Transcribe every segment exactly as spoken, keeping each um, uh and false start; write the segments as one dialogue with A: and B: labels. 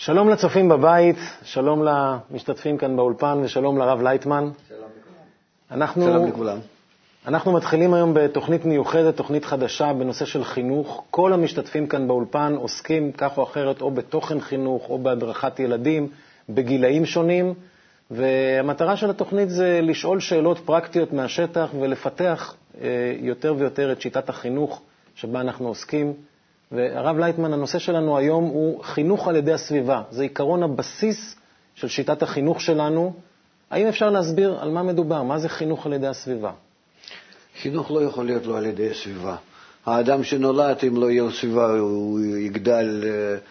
A: שלום לצופים בבית, שלום למשתתפים כאן באולפן ושלום לרב לייטמן.
B: שלום לכולם.
A: אנחנו,
B: שלום לכולם.
A: אנחנו מתחילים היום בתוכנית מיוחדת, תוכנית חדשה בנושא של חינוך. כל המשתתפים כאן באולפן עוסקים כך או אחרת או בתוכן חינוך או בהדרכת ילדים בגילאים שונים, והמטרה של התוכנית זה לשאול שאלות פרקטיות מהשטח ולפתח יותר ויותר את שיטת החינוך שבה אנחנו עוסקים. והרב לייטמן, הנושא שלנו היום הוא חינוך על ידי הסביבה. זה עיקרון הבסיס של שיטת החינוך שלנו. האם אפשר להסביר על מה מדובר? מה זה חינוך על ידי הסביבה?
B: חינוך לא יכול להיות לו על ידי הסביבה. האדם שנולד, אם לא יהיה סביבה, הוא יגדל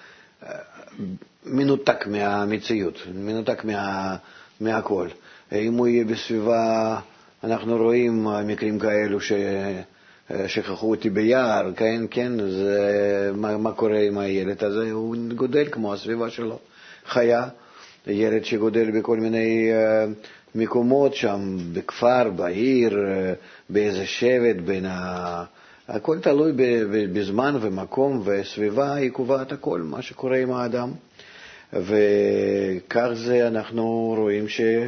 B: מנותק מהמציאות, מנותק מה, מהכל. אם הוא יהיה בסביבה, אנחנו רואים מקרים כאלו ש... שכחו אותי ביער, כן, כן, זה, מה, מה קורה עם הילד הזה? הוא גודל כמו הסביבה שלו, חיה, ילד שגודל בכל מיני uh, מקומות שם, בכפר, בעיר, uh, באיזה שבט, בין ה... הכל תלוי ב, ב, בזמן ומקום, וסביבה היא קובעת הכל, מה שקורה עם האדם. וכך זה אנחנו רואים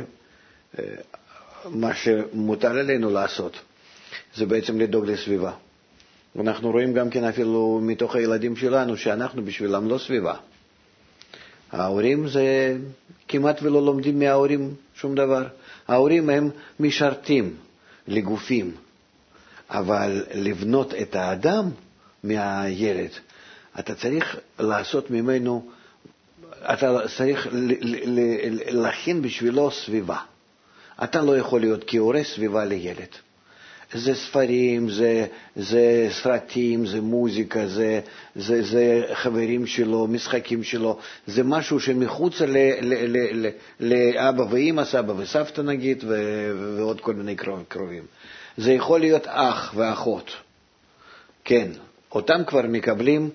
B: שמה שמוטל עלינו לעשות, זה בעצם לדאוג לסביבה. אנחנו רואים גם כן אפילו מתוך הילדים שלנו שאנחנו בשבילם לא סביבה. ההורים זה כמעט ולא לומדים מההורים שום דבר. ההורים הם משרתים לגופים, אבל לבנות את האדם מהילד, אתה צריך לעשות ממנו, אתה צריך להכין בשבילו סביבה. אתה לא יכול להיות כהורה סביבה לילד. זה ספרים, זה, זה סרטים, זה מוזיקה, זה, זה, זה חברים שלו, משחקים שלו, זה משהו שמחוץ ל, ל, ל, ל, לאבא ואמא, סבא וסבתא נגיד, ו, ועוד כל מיני קרובים. זה יכול להיות אח ואחות. כן, אותם כבר מקבלים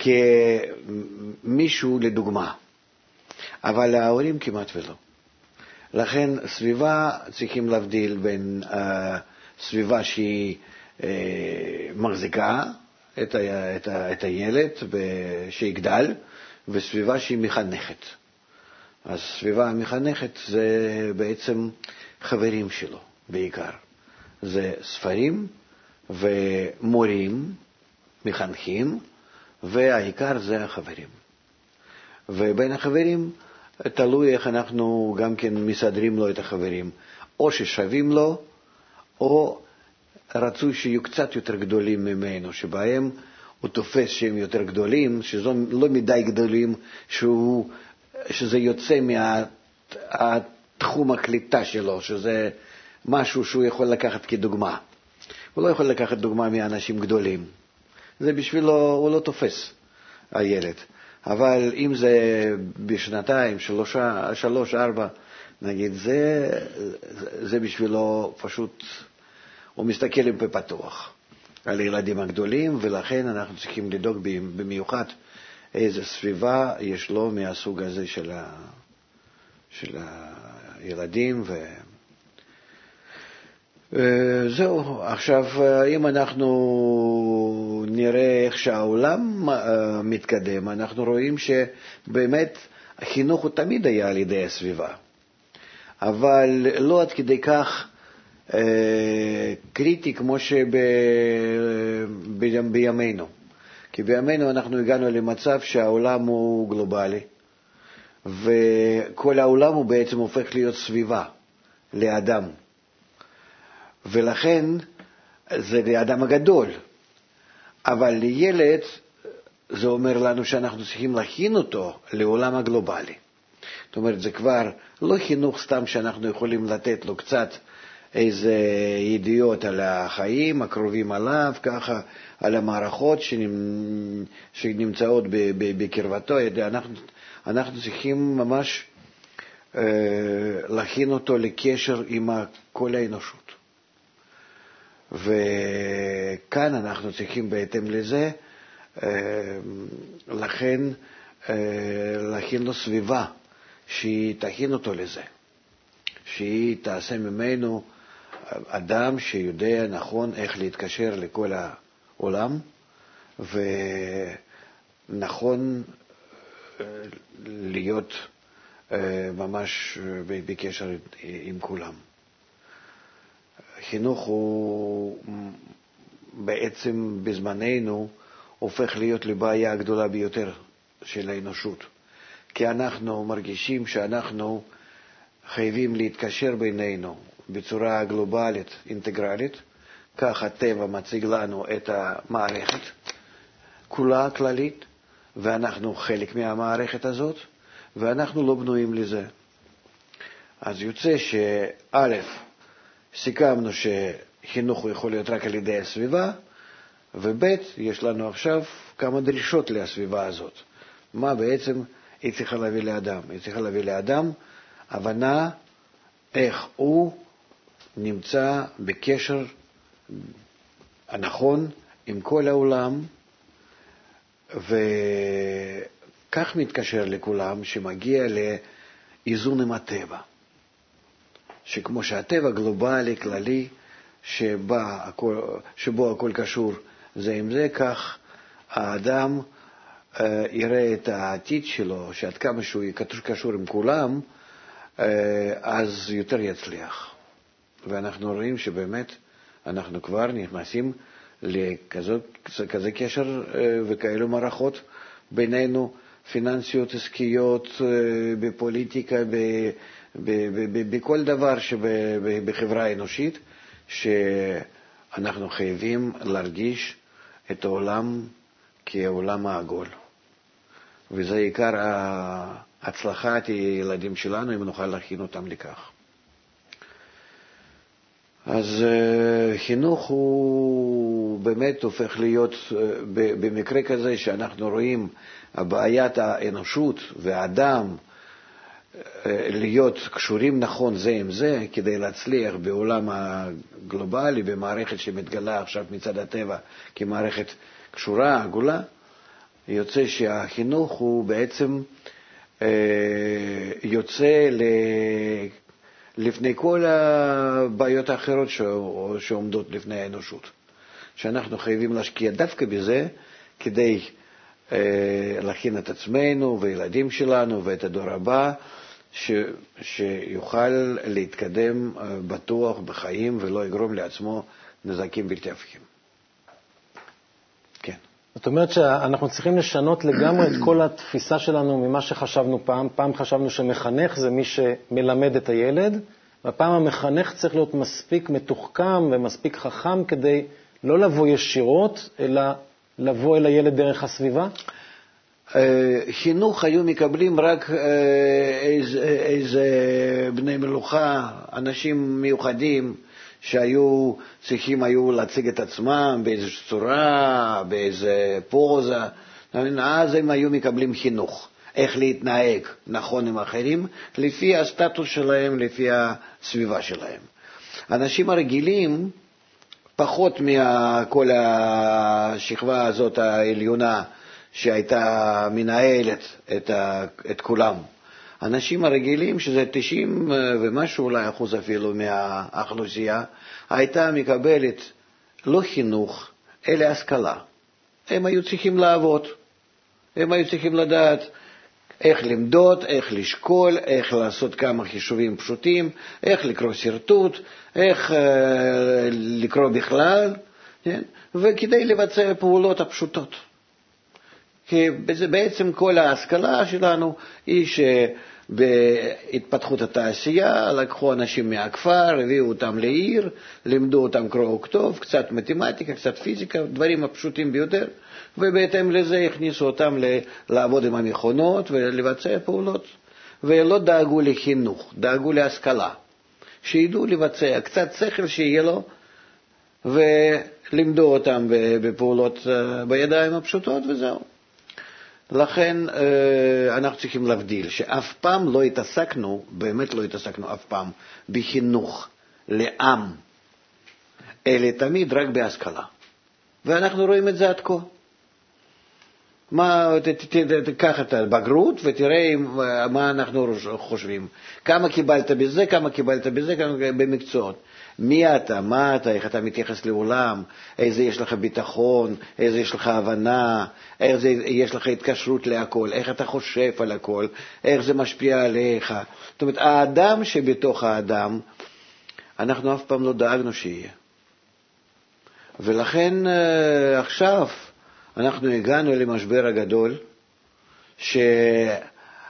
B: כמישהו לדוגמה. אבל ההורים כמעט ולא. לכן סביבה צריכים להבדיל בין... Uh, סביבה שהיא אה, מחזיקה את, ה, את, ה, את הילד שיגדל, וסביבה שהיא מחנכת. אז סביבה המחנכת זה בעצם חברים שלו בעיקר. זה ספרים ומורים, מחנכים, והעיקר זה החברים. ובין החברים תלוי איך אנחנו גם כן מסדרים לו את החברים. או ששווים לו, או רצוי שיהיו קצת יותר גדולים ממנו, שבהם הוא תופס שהם יותר גדולים, שזו לא מדי גדולים, שהוא, שזה יוצא מהתחום הקליטה שלו, שזה משהו שהוא יכול לקחת כדוגמה. הוא לא יכול לקחת דוגמה מאנשים גדולים. זה בשבילו, הוא לא תופס, הילד. אבל אם זה בשנתיים, שלושה, שלוש, ארבע, נגיד, זה, זה בשבילו פשוט, הוא מסתכל עם פה פתוח על הילדים הגדולים, ולכן אנחנו צריכים לדאוג במיוחד איזה סביבה יש לו מהסוג הזה של, ה, של הילדים. וזהו, עכשיו, אם אנחנו נראה איך שהעולם מתקדם, אנחנו רואים שבאמת החינוך הוא תמיד היה על ידי הסביבה. אבל לא עד כדי כך אה, קריטי כמו שבימינו. כי בימינו אנחנו הגענו למצב שהעולם הוא גלובלי, וכל העולם הוא בעצם הופך להיות סביבה לאדם. ולכן זה לאדם הגדול. אבל לילד זה אומר לנו שאנחנו צריכים להכין אותו לעולם הגלובלי. זאת אומרת, זה כבר לא חינוך סתם שאנחנו יכולים לתת לו קצת איזה ידיעות על החיים הקרובים עליו, ככה על המערכות שנמצאות בקרבתו. אנחנו, אנחנו צריכים ממש אה, להכין אותו לקשר עם כל האנושות. וכאן אנחנו צריכים בהתאם לזה, אה, לכן אה, להכין לו סביבה, שהיא תכין אותו לזה, שהיא תעשה ממנו אדם שיודע נכון איך להתקשר לכל העולם, ונכון להיות ממש בקשר עם כולם. חינוך הוא בעצם בזמננו הופך להיות לבעיה הגדולה ביותר של האנושות. כי אנחנו מרגישים שאנחנו חייבים להתקשר בינינו בצורה גלובלית, אינטגרלית. כך הטבע מציג לנו את המערכת כולה כללית, ואנחנו חלק מהמערכת הזאת, ואנחנו לא בנויים לזה. אז יוצא שא', סיכמנו שחינוך הוא יכול להיות רק על ידי הסביבה, וב', יש לנו עכשיו כמה דרישות לסביבה הזאת. מה בעצם היא צריכה להביא לאדם? היא צריכה להביא לאדם הבנה איך הוא נמצא בקשר הנכון עם כל העולם, וכך מתקשר לכולם שמגיע לאיזון עם הטבע. שכמו שהטבע גלובלי, כללי, שבה הכל, שבו הכל קשור זה עם זה, כך האדם אה, יראה את העתיד שלו, שעד כמה שהוא קשור עם כולם, אה, אז יותר יצליח. ואנחנו רואים שבאמת אנחנו כבר נכנסים לכזה קשר אה, וכאלו מערכות בינינו, פיננסיות, עסקיות, אה, בפוליטיקה, ב... בכל דבר שבחברה האנושית, שאנחנו חייבים להרגיש את העולם כעולם העגול. וזה עיקר הצלחת הילדים שלנו, אם נוכל להכין אותם לכך. אז חינוך הוא באמת הופך להיות, במקרה כזה שאנחנו רואים בעיית האנושות והאדם, להיות קשורים נכון זה עם זה, כדי להצליח בעולם הגלובלי, במערכת שמתגלה עכשיו מצד הטבע כמערכת קשורה, עגולה, יוצא שהחינוך הוא בעצם יוצא לפני כל הבעיות האחרות שעומדות לפני האנושות. שאנחנו חייבים להשקיע דווקא בזה, כדי להכין את עצמנו וילדים שלנו ואת הדור הבא, ש, שיוכל להתקדם בטוח בחיים ולא יגרום לעצמו נזקים בלתי הפיכים. כן.
A: זאת אומרת שאנחנו צריכים לשנות לגמרי את כל התפיסה שלנו ממה שחשבנו פעם. פעם חשבנו שמחנך זה מי שמלמד את הילד, והפעם המחנך צריך להיות מספיק מתוחכם ומספיק חכם כדי לא לבוא ישירות, אלא לבוא אל הילד דרך הסביבה.
B: חינוך היו מקבלים רק איזה, איזה בני מלוכה, אנשים מיוחדים שהיו צריכים היו להציג את עצמם באיזו צורה, באיזה פוזה. אז הם היו מקבלים חינוך, איך להתנהג נכון עם אחרים, לפי הסטטוס שלהם, לפי הסביבה שלהם. אנשים הרגילים, פחות מכל השכבה הזאת העליונה, שהייתה מנהלת את, ה, את כולם. אנשים הרגילים, שזה תשעים ומשהו אולי אחוז אפילו מהאוכלוסייה, הייתה מקבלת לא חינוך, אלא השכלה. הם היו צריכים לעבוד. הם היו צריכים לדעת איך למדוד, איך לשקול, איך לעשות כמה חישובים פשוטים, איך לקרוא סרטוט, איך אה, לקרוא בכלל, כן? וכדי לבצע פעולות הפשוטות. כי בעצם כל ההשכלה שלנו היא שבהתפתחות התעשייה לקחו אנשים מהכפר, הביאו אותם לעיר, לימדו אותם קרוא וכתוב, קצת מתמטיקה, קצת פיזיקה, דברים הפשוטים ביותר, ובהתאם לזה הכניסו אותם לעבוד עם המכונות ולבצע פעולות. ולא דאגו לחינוך, דאגו להשכלה, שידעו לבצע קצת שכל שיהיה לו, ולימדו אותם בפעולות בידיים הפשוטות וזהו. לכן אנחנו צריכים להבדיל שאף פעם לא התעסקנו, באמת לא התעסקנו אף פעם בחינוך לעם, אלא תמיד רק בהשכלה. ואנחנו רואים את זה עד כה. מה, תקח את הבגרות ותראה מה אנחנו חושבים. כמה קיבלת בזה, כמה קיבלת בזה, כמה במקצועות. מי אתה, מה אתה, איך אתה מתייחס לעולם, איזה יש לך ביטחון, איזה יש לך הבנה, איזה יש לך התקשרות להכל, איך אתה חושב על הכל, איך זה משפיע עליך. זאת אומרת, האדם שבתוך האדם, אנחנו אף פעם לא דאגנו שיהיה. ולכן עכשיו אנחנו הגענו למשבר הגדול, שאמת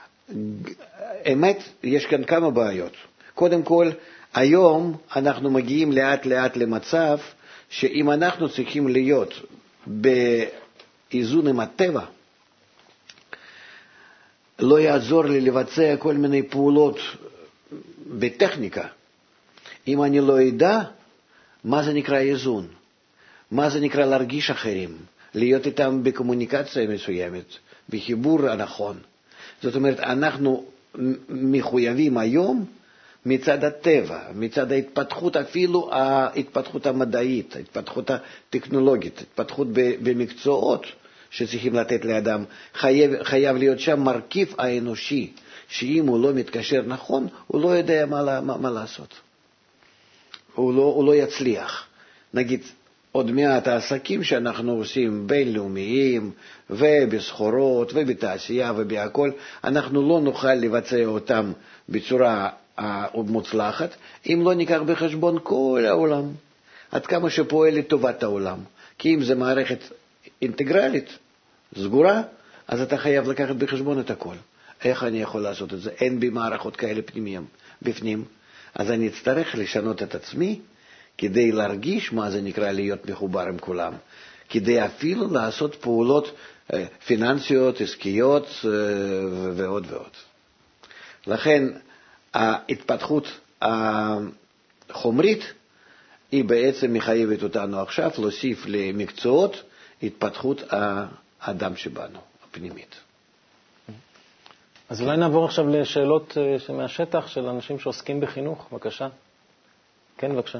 B: יש כאן כמה בעיות. קודם כל, היום אנחנו מגיעים לאט לאט למצב שאם אנחנו צריכים להיות באיזון עם הטבע, לא יעזור לי לבצע כל מיני פעולות בטכניקה. אם אני לא יודע מה זה נקרא איזון, מה זה נקרא להרגיש אחרים, להיות איתם בקומוניקציה מסוימת, בחיבור הנכון. זאת אומרת, אנחנו מחויבים היום מצד הטבע, מצד ההתפתחות, אפילו ההתפתחות המדעית, ההתפתחות הטכנולוגית, התפתחות במקצועות שצריכים לתת לאדם. חייב, חייב להיות שם מרכיב האנושי, שאם הוא לא מתקשר נכון, הוא לא יודע מה, מה, מה לעשות. הוא לא, הוא לא יצליח. נגיד, עוד מעט העסקים שאנחנו עושים בינלאומיים ובסחורות ובתעשייה ובהכל, אנחנו לא נוכל לבצע אותם בצורה מוצלחת, אם לא ניקח בחשבון כל העולם, עד כמה שפועל לטובת העולם. כי אם זה מערכת אינטגרלית, סגורה, אז אתה חייב לקחת בחשבון את הכל. איך אני יכול לעשות את זה? אין בי מערכות כאלה פנימיים, בפנים. אז אני אצטרך לשנות את עצמי, כדי להרגיש מה זה נקרא להיות מחובר עם כולם, כדי אפילו לעשות פעולות פיננסיות, עסקיות ועוד ועוד. לכן ההתפתחות החומרית היא בעצם מחייבת אותנו עכשיו להוסיף למקצועות התפתחות האדם שבנו, הפנימית.
A: אז אולי נעבור עכשיו לשאלות מהשטח של אנשים שעוסקים בחינוך. בבקשה. כן, בבקשה.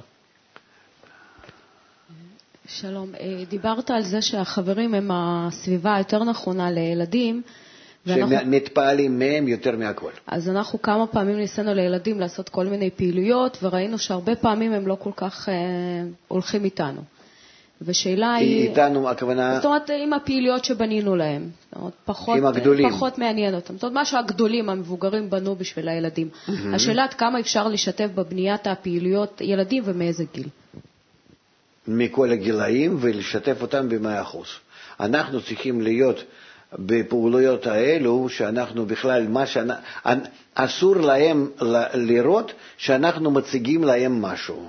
C: שלום, דיברת על זה שהחברים הם הסביבה היותר נכונה לילדים.
B: שמתפעלים מהם יותר מהכל.
C: אז אנחנו כמה פעמים ניסינו לילדים לעשות כל מיני פעילויות, וראינו שהרבה פעמים הם לא כל כך אה, הולכים איתנו. ושאלה היא...
B: איתנו, הכוונה...
C: זאת אומרת, עם הפעילויות שבנינו להם. זאת אומרת, פחות,
B: עם הגדולים.
C: פחות מעניין אותם. זאת אומרת, מה שהגדולים, המבוגרים בנו בשביל הילדים. Mm-hmm. השאלה עד כמה אפשר לשתף בבניית הפעילויות ילדים ומאיזה גיל?
B: מכל הגילאים, ולשתף אותם במאה אחוז. אנחנו צריכים להיות בפעולויות האלו, שאנחנו בכלל, מה שאנ... אסור להם לראות שאנחנו מציגים להם משהו.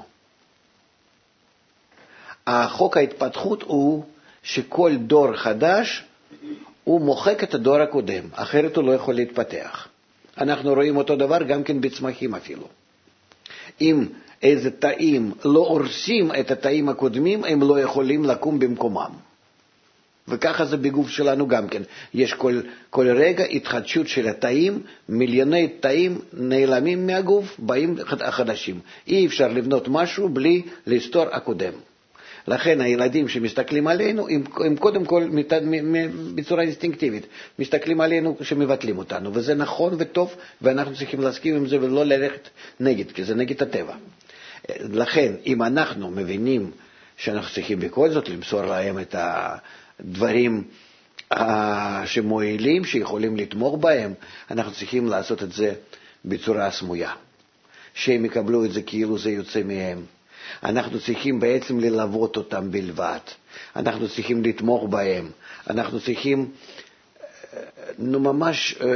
B: החוק ההתפתחות הוא שכל דור חדש הוא מוחק את הדור הקודם, אחרת הוא לא יכול להתפתח. אנחנו רואים אותו דבר גם כן בצמחים אפילו. אם איזה תאים לא הורסים את התאים הקודמים, הם לא יכולים לקום במקומם. וככה זה בגוף שלנו גם כן. יש כל, כל רגע התחדשות של התאים, מיליוני תאים נעלמים מהגוף, באים החדשים. אי אפשר לבנות משהו בלי לסתור הקודם. לכן הילדים שמסתכלים עלינו, הם, הם קודם כל בצורה אינסטינקטיבית, מסתכלים עלינו שמבטלים אותנו, וזה נכון וטוב, ואנחנו צריכים להסכים עם זה ולא ללכת נגד, כי זה נגד הטבע. לכן, אם אנחנו מבינים שאנחנו צריכים בכל זאת למסור להם את הדברים שמועילים, שיכולים לתמוך בהם, אנחנו צריכים לעשות את זה בצורה סמויה, שהם יקבלו את זה כאילו זה יוצא מהם. אנחנו צריכים בעצם ללוות אותם בלבד. אנחנו צריכים לתמוך בהם. אנחנו צריכים נו, ממש אה,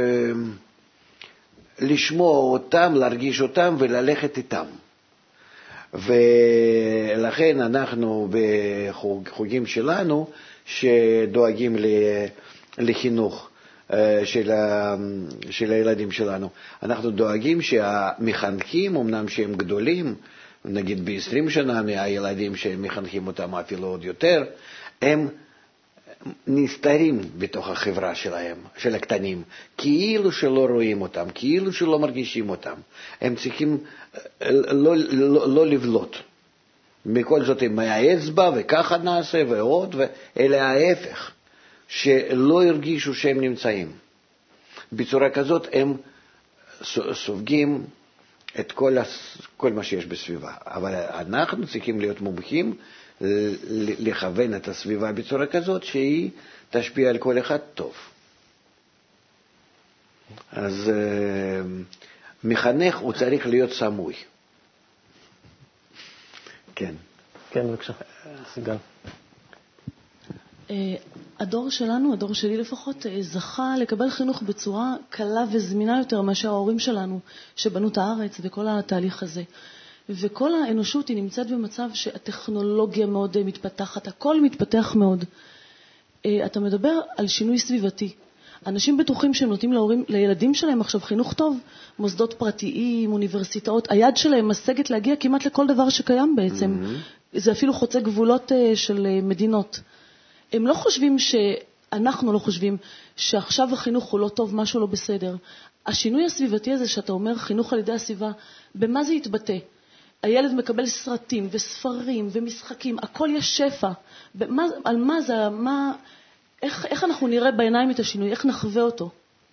B: לשמוע אותם, להרגיש אותם וללכת איתם. ולכן אנחנו בחוגים שלנו שדואגים לחינוך של, ה, של הילדים שלנו. אנחנו דואגים שהמחנכים, אמנם שהם גדולים, נגיד ב-עשרים שנה מהילדים שמחנכים אותם אפילו עוד יותר, הם נסתרים בתוך החברה שלהם, של הקטנים, כאילו שלא רואים אותם, כאילו שלא מרגישים אותם. הם צריכים לא, לא, לא לבלוט. בכל זאת הם מהאצבע וככה נעשה ועוד, אלא ההפך, שלא הרגישו שהם נמצאים. בצורה כזאת הם סופגים את כל, כל מה שיש בסביבה. אבל אנחנו צריכים להיות מומחים לכוון את הסביבה בצורה כזאת שהיא תשפיע על כל אחד טוב. אז מחנך הוא צריך להיות סמוי. כן.
A: כן, בבקשה. סיגל.
D: הדור שלנו, הדור שלי לפחות, זכה לקבל חינוך בצורה קלה וזמינה יותר מאשר ההורים שלנו, שבנו את הארץ וכל התהליך הזה. וכל האנושות היא נמצאת במצב שהטכנולוגיה מאוד מתפתחת, הכל מתפתח מאוד. אתה מדבר על שינוי סביבתי. אנשים בטוחים שהם נותנים להורים, לילדים שלהם עכשיו חינוך טוב, מוסדות פרטיים, אוניברסיטאות, היד שלהם משגת להגיע כמעט לכל דבר שקיים בעצם. Mm-hmm. זה אפילו חוצה גבולות של מדינות. הם לא חושבים שאנחנו לא חושבים שעכשיו החינוך הוא לא טוב, משהו לא בסדר. השינוי הסביבתי הזה שאתה אומר חינוך על ידי הסביבה, במה זה יתבטא? הילד מקבל סרטים וספרים ומשחקים, הכל יש שפע. במה, על מה זה, מה, איך, איך אנחנו נראה בעיניים את השינוי, איך נחווה אותו?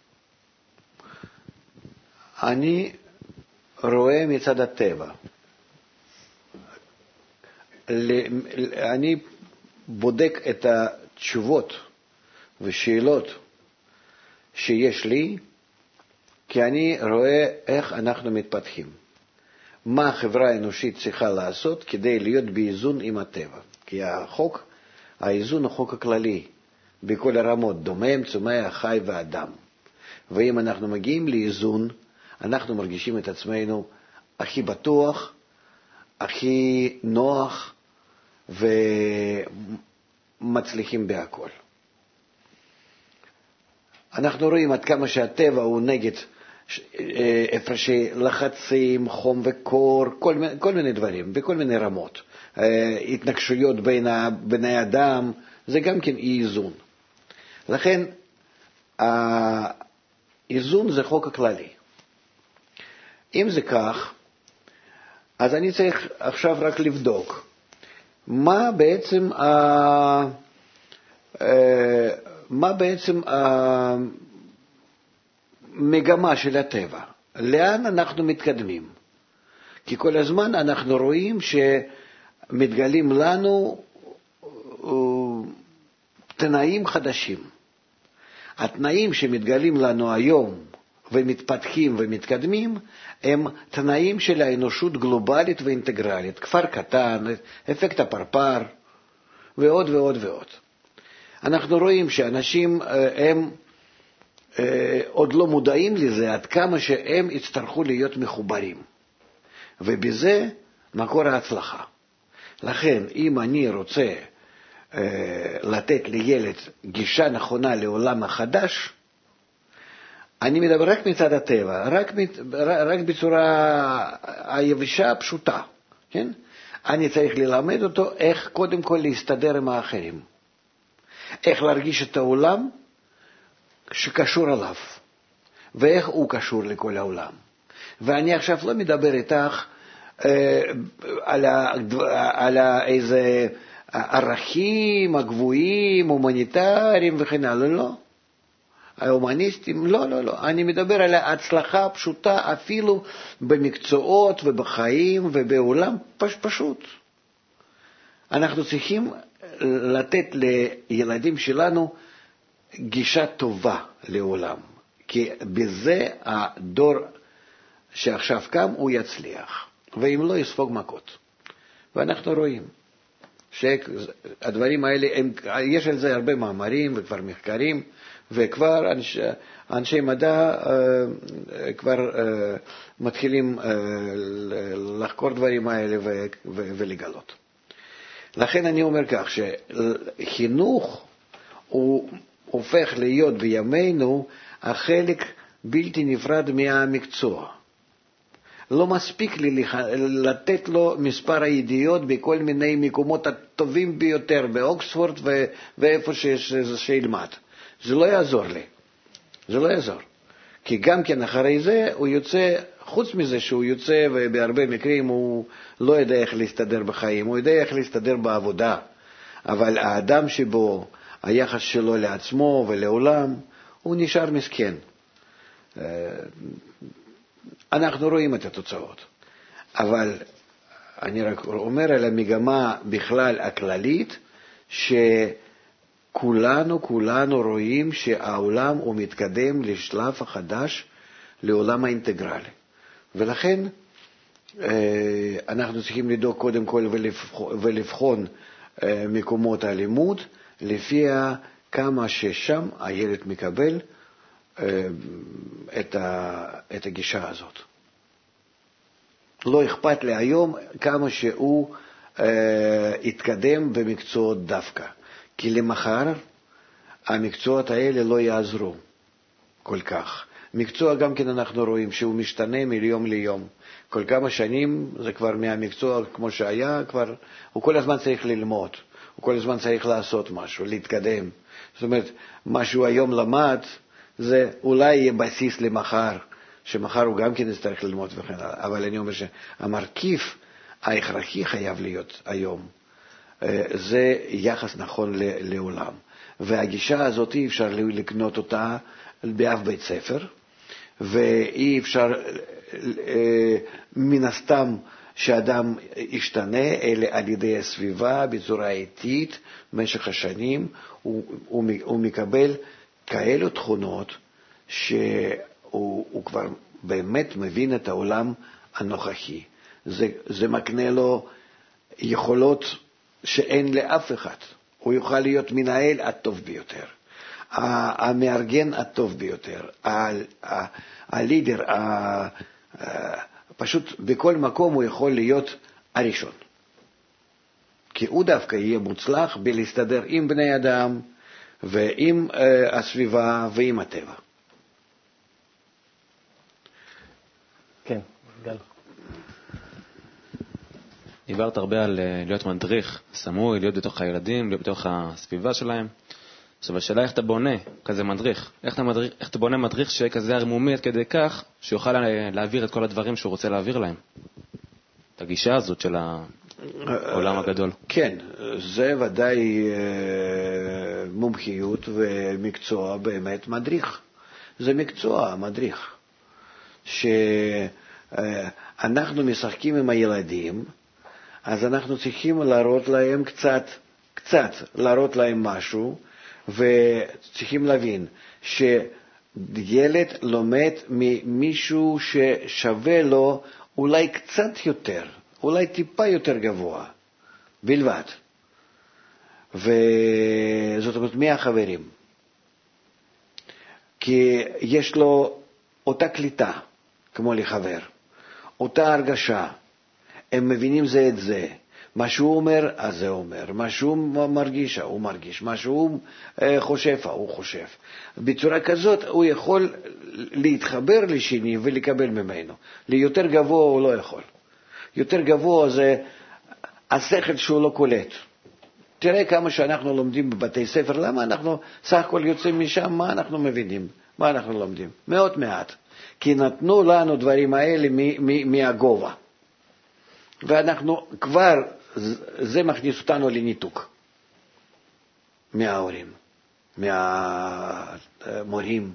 B: אני רואה מצד הטבע. אני בודק את התשובות ושאלות שיש לי, כי אני רואה איך אנחנו מתפתחים. מה החברה האנושית צריכה לעשות כדי להיות באיזון עם הטבע. כי החוק, האיזון הוא חוק הכללי, בכל הרמות, דומם, צומח, חי ואדם. ואם אנחנו מגיעים לאיזון, אנחנו מרגישים את עצמנו הכי בטוח, הכי נוח, ומצליחים בהכל. אנחנו רואים עד כמה שהטבע הוא נגד הפרשי לחצים, חום וקור, כל, כל מיני דברים, בכל מיני רמות. התנגשויות בין בני אדם, זה גם כן אי איזון. לכן, האיזון זה חוק הכללי. אם זה כך, אז אני צריך עכשיו רק לבדוק מה בעצם ה... מה בעצם המגמה של הטבע, לאן אנחנו מתקדמים. כי כל הזמן אנחנו רואים שמתגלים לנו תנאים חדשים. התנאים שמתגלים לנו היום ומתפתחים ומתקדמים, הם תנאים של האנושות גלובלית ואינטגרלית. כפר קטן, אפקט הפרפר, ועוד ועוד ועוד. אנחנו רואים שאנשים הם עוד לא מודעים לזה, עד כמה שהם יצטרכו להיות מחוברים. ובזה מקור ההצלחה. לכן, אם אני רוצה לתת לילד גישה נכונה לעולם החדש, אני מדבר רק מצד הטבע, רק, רק בצורה היבשה הפשוטה. כן? אני צריך ללמד אותו איך קודם כל להסתדר עם האחרים. איך להרגיש את העולם שקשור עליו, ואיך הוא קשור לכל העולם. ואני עכשיו לא מדבר איתך אה, על, ה, על ה, איזה ערכים הגבוהים, הומניטריים וכן הלאה, לא. ההומניסטים, לא, לא, לא. אני מדבר על ההצלחה הפשוטה אפילו במקצועות ובחיים ובעולם פש, פשוט. אנחנו צריכים לתת לילדים שלנו גישה טובה לעולם, כי בזה הדור שעכשיו קם הוא יצליח, ואם לא יספוג מכות. ואנחנו רואים שהדברים האלה, הם, יש על זה הרבה מאמרים וכבר מחקרים, וכבר אנש, אנשי מדע uh, כבר uh, מתחילים uh, לחקור דברים האלה ו, ו, ולגלות. לכן אני אומר כך, שחינוך הוא הופך להיות בימינו החלק בלתי נפרד מהמקצוע. לא מספיק לי לתת לו מספר הידיעות בכל מיני מקומות הטובים ביותר, באוקספורד ו- ואיפה שיש שילמד. זה לא יעזור לי. זה לא יעזור. כי גם כן אחרי זה הוא יוצא, חוץ מזה שהוא יוצא ובהרבה מקרים הוא לא יודע איך להסתדר בחיים, הוא יודע איך להסתדר בעבודה. אבל האדם שבו היחס שלו לעצמו ולעולם, הוא נשאר מסכן. אנחנו רואים את התוצאות. אבל אני רק אומר על המגמה בכלל הכללית, שכולנו, כולנו רואים שהעולם הוא מתקדם לשלב החדש, לעולם האינטגרלי. ולכן אנחנו צריכים לדאוג קודם כל ולבחון מקומות הלימוד, לפי כמה ששם הילד מקבל את, ה, את הגישה הזאת. לא אכפת לי היום כמה שהוא אה, יתקדם במקצועות דווקא, כי למחר המקצועות האלה לא יעזרו כל כך. מקצוע גם כן אנחנו רואים שהוא משתנה מיום ליום. כל כמה שנים זה כבר מהמקצוע כמו שהיה, כבר הוא כל הזמן צריך ללמוד, הוא כל הזמן צריך לעשות משהו, להתקדם. זאת אומרת, מה שהוא היום למד, זה אולי יהיה בסיס למחר, שמחר הוא גם כן יצטרך ללמוד וכן הלאה. אבל אני אומר שהמרכיב ההכרחי חייב להיות היום. זה יחס נכון לעולם. והגישה הזאת אי אפשר לקנות אותה באף בית ספר, ואי אפשר מן הסתם שאדם ישתנה, אלא על ידי הסביבה בצורה איטית במשך השנים, הוא, הוא, הוא מקבל כאלו תכונות שהוא הוא כבר באמת מבין את העולם הנוכחי. זה, זה מקנה לו יכולות שאין לאף אחד. הוא יוכל להיות מנהל הטוב ביותר, המארגן הטוב ביותר, הלידר, פשוט בכל מקום הוא יכול להיות הראשון. כי הוא דווקא יהיה מוצלח בלהסתדר עם בני אדם ועם הסביבה ועם הטבע.
A: כן, גל.
E: דיברת הרבה על להיות מדריך, סמוי, להיות בתוך הילדים, להיות בתוך הסביבה שלהם. עכשיו, השאלה איך אתה בונה כזה מדריך? איך אתה, מדריך, איך אתה בונה מדריך שיהיה כזה הרמומי עד כדי כך, שיוכל להעביר את כל הדברים שהוא רוצה להעביר להם? את הגישה הזאת של העולם הגדול.
B: כן, זה ודאי מומחיות ומקצוע באמת מדריך. זה מקצוע מדריך. שאנחנו משחקים עם הילדים, אז אנחנו צריכים להראות להם קצת, קצת להראות להם משהו, וצריכים להבין שילד לומד ממישהו ששווה לו אולי קצת יותר, אולי טיפה יותר גבוה, בלבד. וזאת אומרת, מי החברים? כי יש לו אותה קליטה, כמו לחבר, אותה הרגשה, הם מבינים זה את זה. מה שהוא אומר, אז זה אומר. מה שהוא מרגיש, הוא מרגיש. מה שהוא חושב, הוא חושב. בצורה כזאת הוא יכול להתחבר לשני ולקבל ממנו. ליותר גבוה הוא לא יכול. יותר גבוה זה השכל שהוא לא קולט. תראה כמה שאנחנו לומדים בבתי ספר. למה אנחנו סך הכל יוצאים משם? מה אנחנו מבינים? מה אנחנו לומדים? מאוד מעט. כי נתנו לנו דברים האלה מהגובה. ואנחנו כבר, זה מכניס אותנו לניתוק מההורים, מהמורים.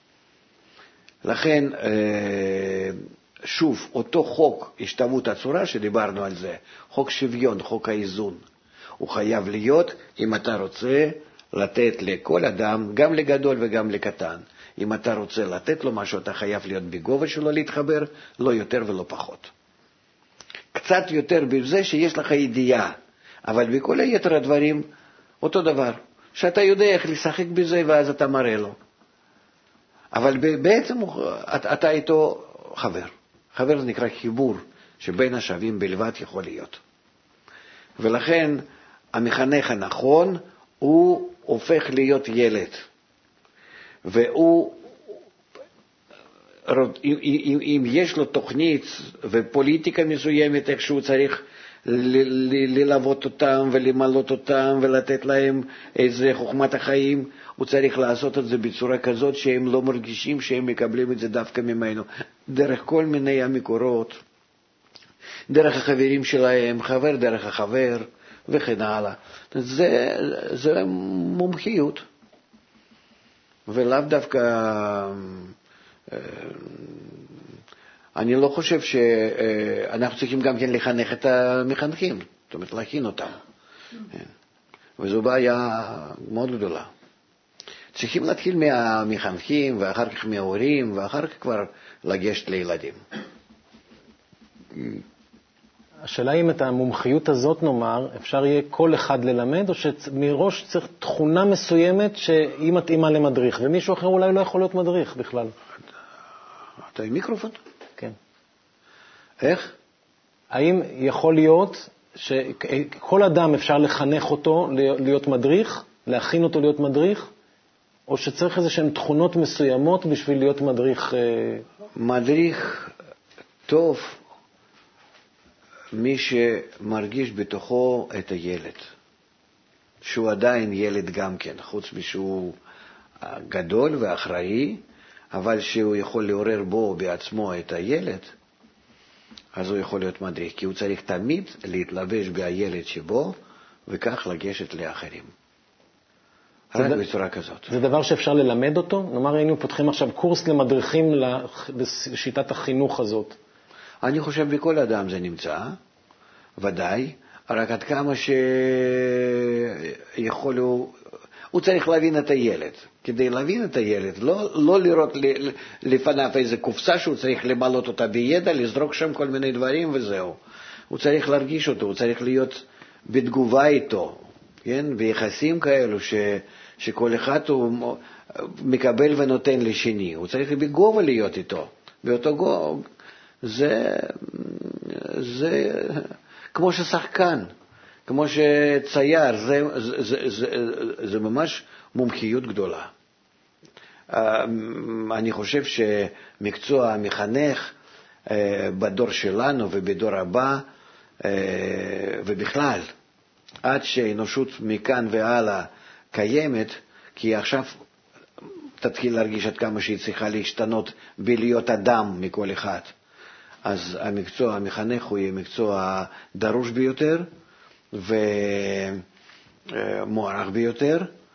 B: לכן, שוב, אותו חוק השתוות הצורה שדיברנו על זה, חוק שוויון, חוק האיזון, הוא חייב להיות, אם אתה רוצה לתת לכל אדם, גם לגדול וגם לקטן, אם אתה רוצה לתת לו משהו, אתה חייב להיות בגובה שלו להתחבר, לא יותר ולא פחות. קצת יותר בזה שיש לך ידיעה, אבל בכל היתר הדברים אותו דבר, שאתה יודע איך לשחק בזה ואז אתה מראה לו. אבל בעצם אתה איתו חבר. חבר זה נקרא חיבור שבין השווים בלבד יכול להיות. ולכן המחנך הנכון הוא הופך להיות ילד. והוא, אם יש לו תוכנית ופוליטיקה מסוימת, איך שהוא צריך ללוות אותם ולמלות אותם ולתת להם איזה חוכמת החיים, הוא צריך לעשות את זה בצורה כזאת שהם לא מרגישים שהם מקבלים את זה דווקא ממנו, דרך כל מיני המקורות, דרך החברים שלהם, חבר דרך החבר וכן הלאה. זה, זה מומחיות. ולאו דווקא אני לא חושב שאנחנו צריכים גם כן לחנך את המחנכים, זאת אומרת להכין אותם. וזו בעיה מאוד גדולה. צריכים להתחיל מהמחנכים ואחר כך מההורים ואחר כך כבר לגשת לילדים.
A: השאלה אם את המומחיות הזאת נאמר, אפשר יהיה כל אחד ללמד, או שמראש צריך תכונה מסוימת שהיא מתאימה למדריך, ומישהו אחר אולי לא יכול להיות מדריך בכלל.
B: אתה עם מיקרופון?
A: כן.
B: איך?
A: האם יכול להיות שכל אדם אפשר לחנך אותו להיות מדריך, להכין אותו להיות מדריך, או שצריך איזה שהן תכונות מסוימות בשביל להיות מדריך?
B: מדריך טוב, מי שמרגיש בתוכו את הילד, שהוא עדיין ילד גם כן, חוץ משהוא גדול ואחראי, אבל שהוא יכול לעורר בו בעצמו את הילד, אז הוא יכול להיות מדריך, כי הוא צריך תמיד להתלבש בילד שבו, וכך לגשת לאחרים. רק בצורה כזאת.
A: זה דבר שאפשר ללמד אותו? נאמר, היינו פותחים עכשיו קורס למדריכים בשיטת החינוך הזאת.
B: אני חושב בכל אדם זה נמצא, ודאי, רק עד כמה שיכול הוא, הוא צריך להבין את הילד. כדי להבין את הילד, לא, לא לראות לפניו איזה קופסה שהוא צריך למלות אותה בידע, לזרוק שם כל מיני דברים וזהו. הוא צריך להרגיש אותו, הוא צריך להיות בתגובה איתו, כן? ביחסים כאלו ש, שכל אחד הוא מקבל ונותן לשני. הוא צריך בגובה להיות איתו, באותו גובה. זה, זה כמו ששחקן, כמו שצייר, זה, זה, זה, זה, זה ממש מומחיות גדולה. אני חושב שמקצוע המחנך בדור שלנו ובדור הבא, ובכלל, עד שהאנושות מכאן והלאה קיימת, כי עכשיו תתחיל להרגיש עד כמה שהיא צריכה להשתנות בלהיות אדם מכל אחד. אז המקצוע המחנך הוא יהיה מקצוע דרוש ביותר ומוערך ביותר,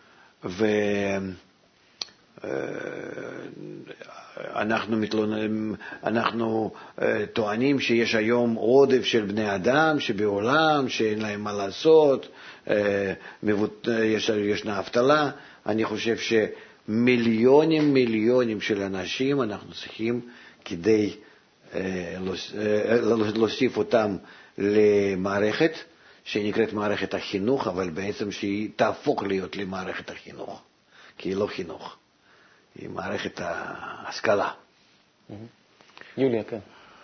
B: ואנחנו מתלוננים, אנחנו טוענים שיש היום עודף של בני אדם שבעולם שאין להם מה לעשות, יש, ישנה אבטלה. אני חושב שמיליונים מיליונים של אנשים אנחנו צריכים כדי להוסיף אותם למערכת שנקראת מערכת החינוך, אבל בעצם שהיא תהפוך להיות למערכת החינוך, כי היא לא חינוך, היא מערכת ההשכלה.
A: יוליה, כן.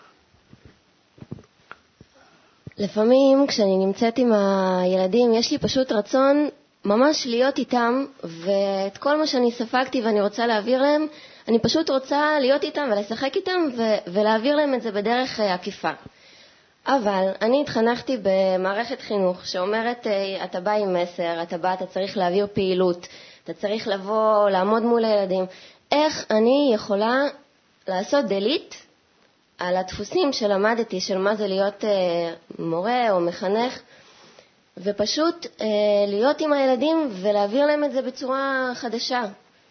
F: לפעמים כשאני נמצאת עם הילדים יש לי פשוט רצון ממש להיות איתם, ואת כל מה שאני ספגתי ואני רוצה להעביר להם, אני פשוט רוצה להיות איתם ולשחק איתם ו- ולהעביר להם את זה בדרך עקיפה. אבל אני התחנכתי במערכת חינוך שאומרת, אתה בא עם מסר, אתה בא, אתה צריך להעביר פעילות, אתה צריך לבוא, לעמוד מול הילדים. איך אני יכולה לעשות דליט על הדפוסים שלמדתי של מה זה להיות מורה או מחנך, ופשוט להיות עם הילדים ולהעביר להם את זה בצורה חדשה?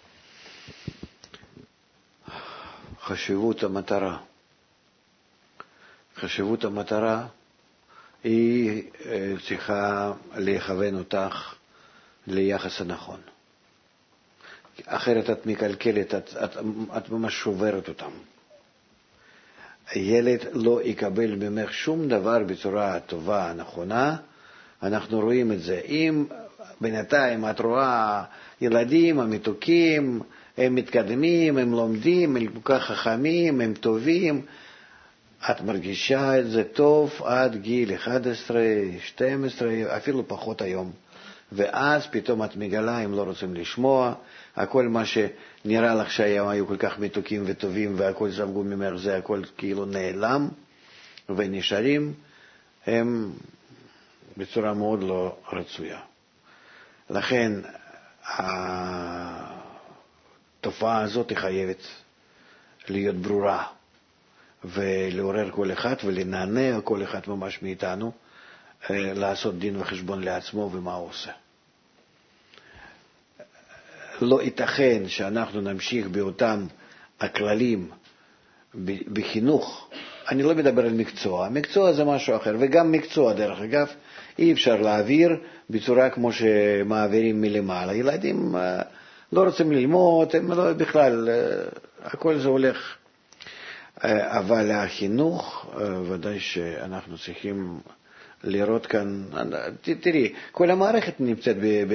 B: חשיבות המטרה. חשיבות המטרה היא צריכה לכוון אותך ליחס הנכון. אחרת את מקלקלת, את, את, את ממש שוברת אותם. הילד לא יקבל ממך שום דבר בצורה טובה, נכונה. אנחנו רואים את זה. אם בינתיים את רואה ילדים המתוקים, הם מתקדמים, הם לומדים, הם כל כך חכמים, הם טובים, את מרגישה את זה טוב עד גיל אחת עשרה, שתים עשרה, אפילו פחות היום. ואז פתאום את מגלה, הם לא רוצים לשמוע, הכל מה שנראה לך שהיום היו כל כך מתוקים וטובים והכל ספגו ממך, זה הכל כאילו נעלם, ונשארים הם בצורה מאוד לא רצויה. לכן התופעה הזאת היא חייבת להיות ברורה, ולעורר כל אחד ולנענע כל אחד ממש מאיתנו לעשות דין וחשבון לעצמו ומה הוא עושה. לא ייתכן שאנחנו נמשיך באותם הכללים בחינוך, אני לא מדבר על מקצוע, מקצוע זה משהו אחר, וגם מקצוע דרך אגב, אי אפשר להעביר בצורה כמו שמעבירים מלמעלה. ילדים לא רוצים ללמוד, הם לא בכלל, הכל זה הולך. אבל החינוך, ודאי שאנחנו צריכים לראות כאן, תראי, כל המערכת נמצאת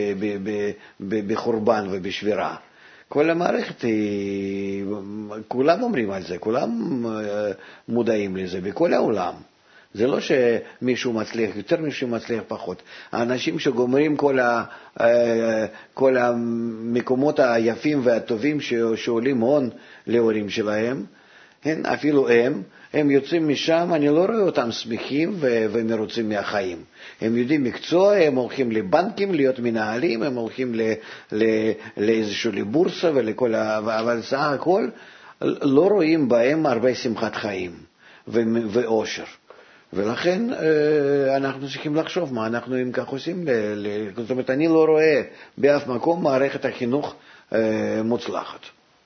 B: בחורבן ובשבירה. כל המערכת היא, כולם אומרים על זה, כולם מודעים לזה בכל העולם. זה לא שמישהו מצליח יותר, מישהו מצליח פחות. האנשים שגומרים כל, ה, כל המקומות היפים והטובים שעולים הון להורים שלהם, הם, אפילו הם, הם יוצאים משם, אני לא רואה אותם שמחים ו- ומרוצים מהחיים. הם יודעים מקצוע, הם הולכים לבנקים להיות מנהלים, הם הולכים ל- ל- לאיזשהו לבורסה ולכל ה... אבל סך הכל לא רואים בהם הרבה שמחת חיים ו- ואושר. ולכן אנחנו צריכים לחשוב מה אנחנו אם כך עושים. ל- ל- זאת אומרת, אני לא רואה באף מקום מערכת החינוך מוצלחת.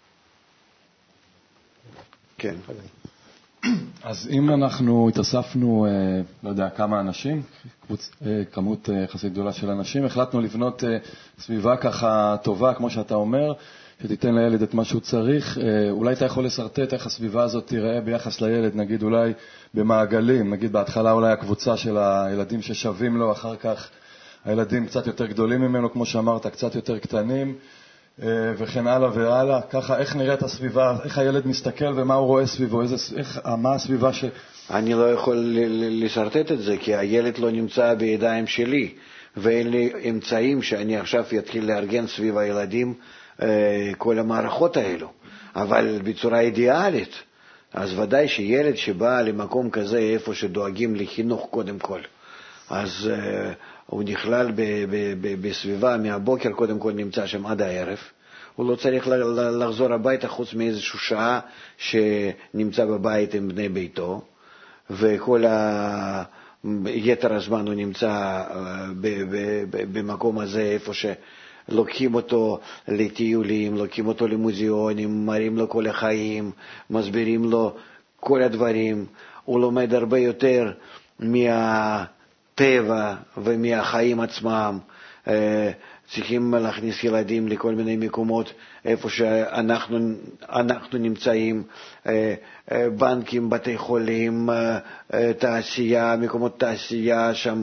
B: כן.
G: אז אם אנחנו התאספנו, לא יודע, כמה אנשים, כמות יחסית גדולה של אנשים, החלטנו לבנות סביבה ככה טובה, כמו שאתה אומר, שתיתן לילד את מה שהוא צריך. אולי אתה יכול לסרטט איך הסביבה הזאת תיראה ביחס לילד, נגיד אולי במעגלים, נגיד בהתחלה אולי הקבוצה של הילדים ששווים לו, אחר כך הילדים קצת יותר גדולים ממנו, כמו שאמרת, קצת יותר קטנים, וכן הלאה והלאה. ככה, איך נראית הסביבה, איך הילד מסתכל ומה הוא רואה סביבו, איזה, איך, מה הסביבה ש...
B: אני לא יכול לסרטט את זה, כי הילד לא נמצא בידיים שלי, ואין לי אמצעים שאני עכשיו אתחיל לארגן סביב הילדים כל המערכות האלו. אבל בצורה אידיאלית, אז ודאי שילד שבא למקום כזה, איפה שדואגים לחינוך קודם כל, אז הוא נכלל ב- ב- ב- בסביבה, מהבוקר קודם כל נמצא שם עד הערב. הוא לא צריך לחזור הביתה חוץ מאיזושהי שעה שנמצא בבית עם בני ביתו, וכל ה... יתר הזמן הוא נמצא ב- ב- ב- במקום הזה, איפה שלוקחים אותו לטיולים, לוקחים אותו למוזיאונים, מראים לו כל החיים, מסבירים לו כל הדברים. הוא לומד הרבה יותר מה... טבע ומהחיים עצמם. צריכים להכניס ילדים לכל מיני מקומות איפה שאנחנו אנחנו נמצאים, בנקים, בתי חולים, תעשייה, מקומות תעשייה שם,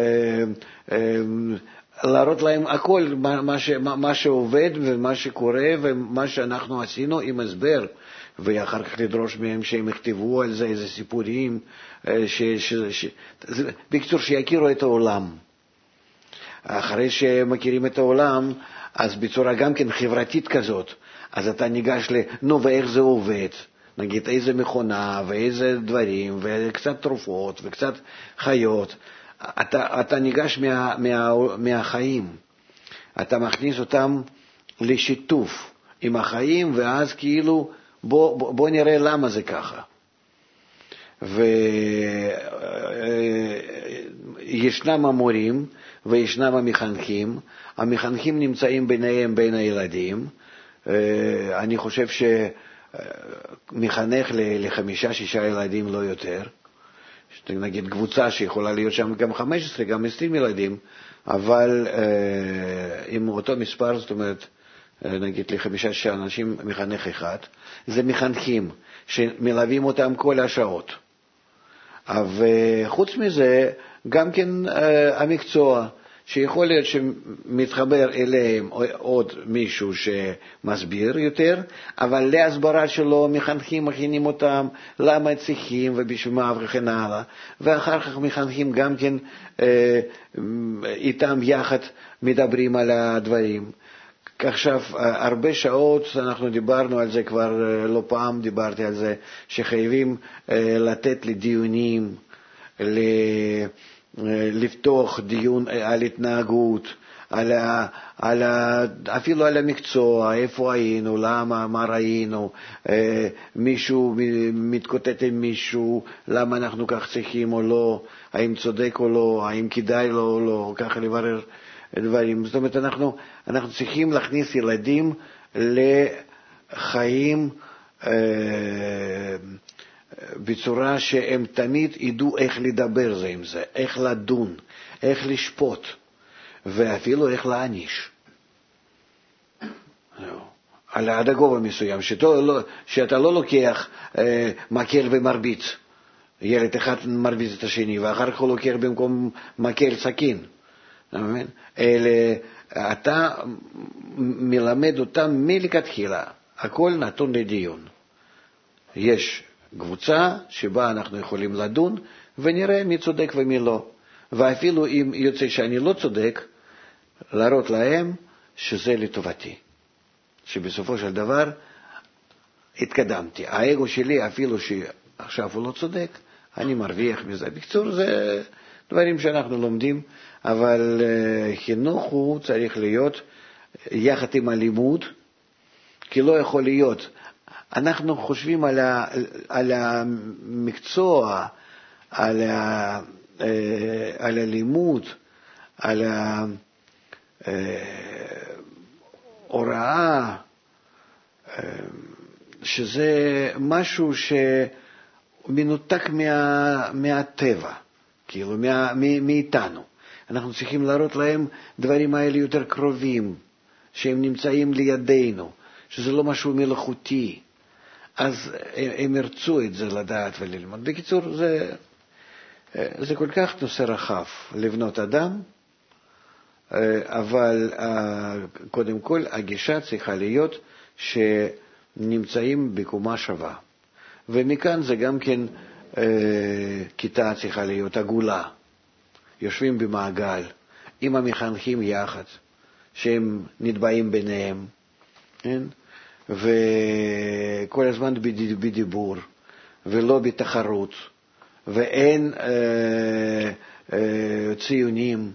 B: להראות להם הכל, מה, ש, מה שעובד ומה שקורה ומה שאנחנו עשינו עם הסבר, ואחר כך לדרוש מהם שהם יכתבו על זה איזה סיפורים, ש, ש, ש, בקצור שיכירו את העולם. אחרי שמכירים את העולם, אז בצורה גם כן חברתית כזאת, אז אתה ניגש ל, נו ואיך זה עובד, נגיד איזה מכונה ואיזה דברים וקצת תרופות וקצת חיות, אתה, אתה ניגש מה, מה, מהחיים, אתה מכניס אותם לשיתוף עם החיים, ואז כאילו בוא, בוא, בוא נראה למה זה ככה. וישנם המורים וישנם המחנכים, המחנכים נמצאים ביניהם בין הילדים. אני חושב שמחנך לחמישה שישה ילדים לא יותר, נגיד קבוצה שיכולה להיות שם גם חמש עשרה גם עשרים ילדים, אבל עם אותו מספר, זאת אומרת נגיד לחמישה שישה אנשים מחנך אחד, זה מחנכים שמלווים אותם כל השעות. וחוץ מזה גם כן המקצוע, שיכול להיות שמתחבר אליהם עוד מישהו שמסביר יותר, אבל להסברה שלו מחנכים מכינים אותם למה צריכים ובשביל מה וכן הלאה, ואחר כך מחנכים גם כן איתם יחד מדברים על הדברים. עכשיו, הרבה שעות אנחנו דיברנו על זה כבר, לא פעם דיברתי על זה, שחייבים לתת לדיונים, לפתוח דיון על התנהגות, על ה, על ה, אפילו על המקצוע, איפה היינו, למה, מה ראינו, מישהו מתקוטט עם מישהו, למה אנחנו כך צריכים או לא, האם צודק או לא, האם כדאי לו או לא, ככה לברר דברים. זאת אומרת, אנחנו, אנחנו צריכים להכניס ילדים לחיים בצורה שהם תמיד ידעו איך לדבר זה עם זה, איך לדון, איך לשפוט, ואפילו איך להעניש. על עד הגובה מסוים, לא, שאתה לא לוקח אה, מקל ומרביץ, ילד אחד מרביץ את השני, ואחר כך הוא לוקח במקום מקל סכין. אלא אתה מלמד אותם מלכתחילה, הכל נתון לדיון. יש קבוצה שבה אנחנו יכולים לדון, ונראה מי צודק ומי לא. ואפילו אם יוצא שאני לא צודק, להראות להם שזה לטובתי. שבסופו של דבר התקדמתי. האגו שלי, אפילו שעכשיו הוא לא צודק, אני מרוויח מזה. בקצור, זה דברים שאנחנו לומדים, אבל חינוך הוא צריך להיות יחד עם הלימוד, כי לא יכול להיות. אנחנו חושבים על, ה, על המקצוע, על, ה, על הלימוד, על ההוראה, שזה משהו שמנותק מה, מהטבע, כאילו, מה, מאיתנו. אנחנו צריכים להראות להם דברים האלה יותר קרובים, שהם נמצאים לידינו, שזה לא משהו מלאכותי. אז הם ירצו את זה לדעת וללמוד. בקיצור, זה, זה כל כך נושא רחב לבנות אדם, אבל קודם כל הגישה צריכה להיות שנמצאים בקומה שווה. ומכאן זה גם כן כיתה צריכה להיות עגולה. יושבים במעגל עם המחנכים יחד, שהם נטבעים ביניהם, כן? וכל הזמן בדיבור, ולא בתחרות, ואין אה, אה, ציונים,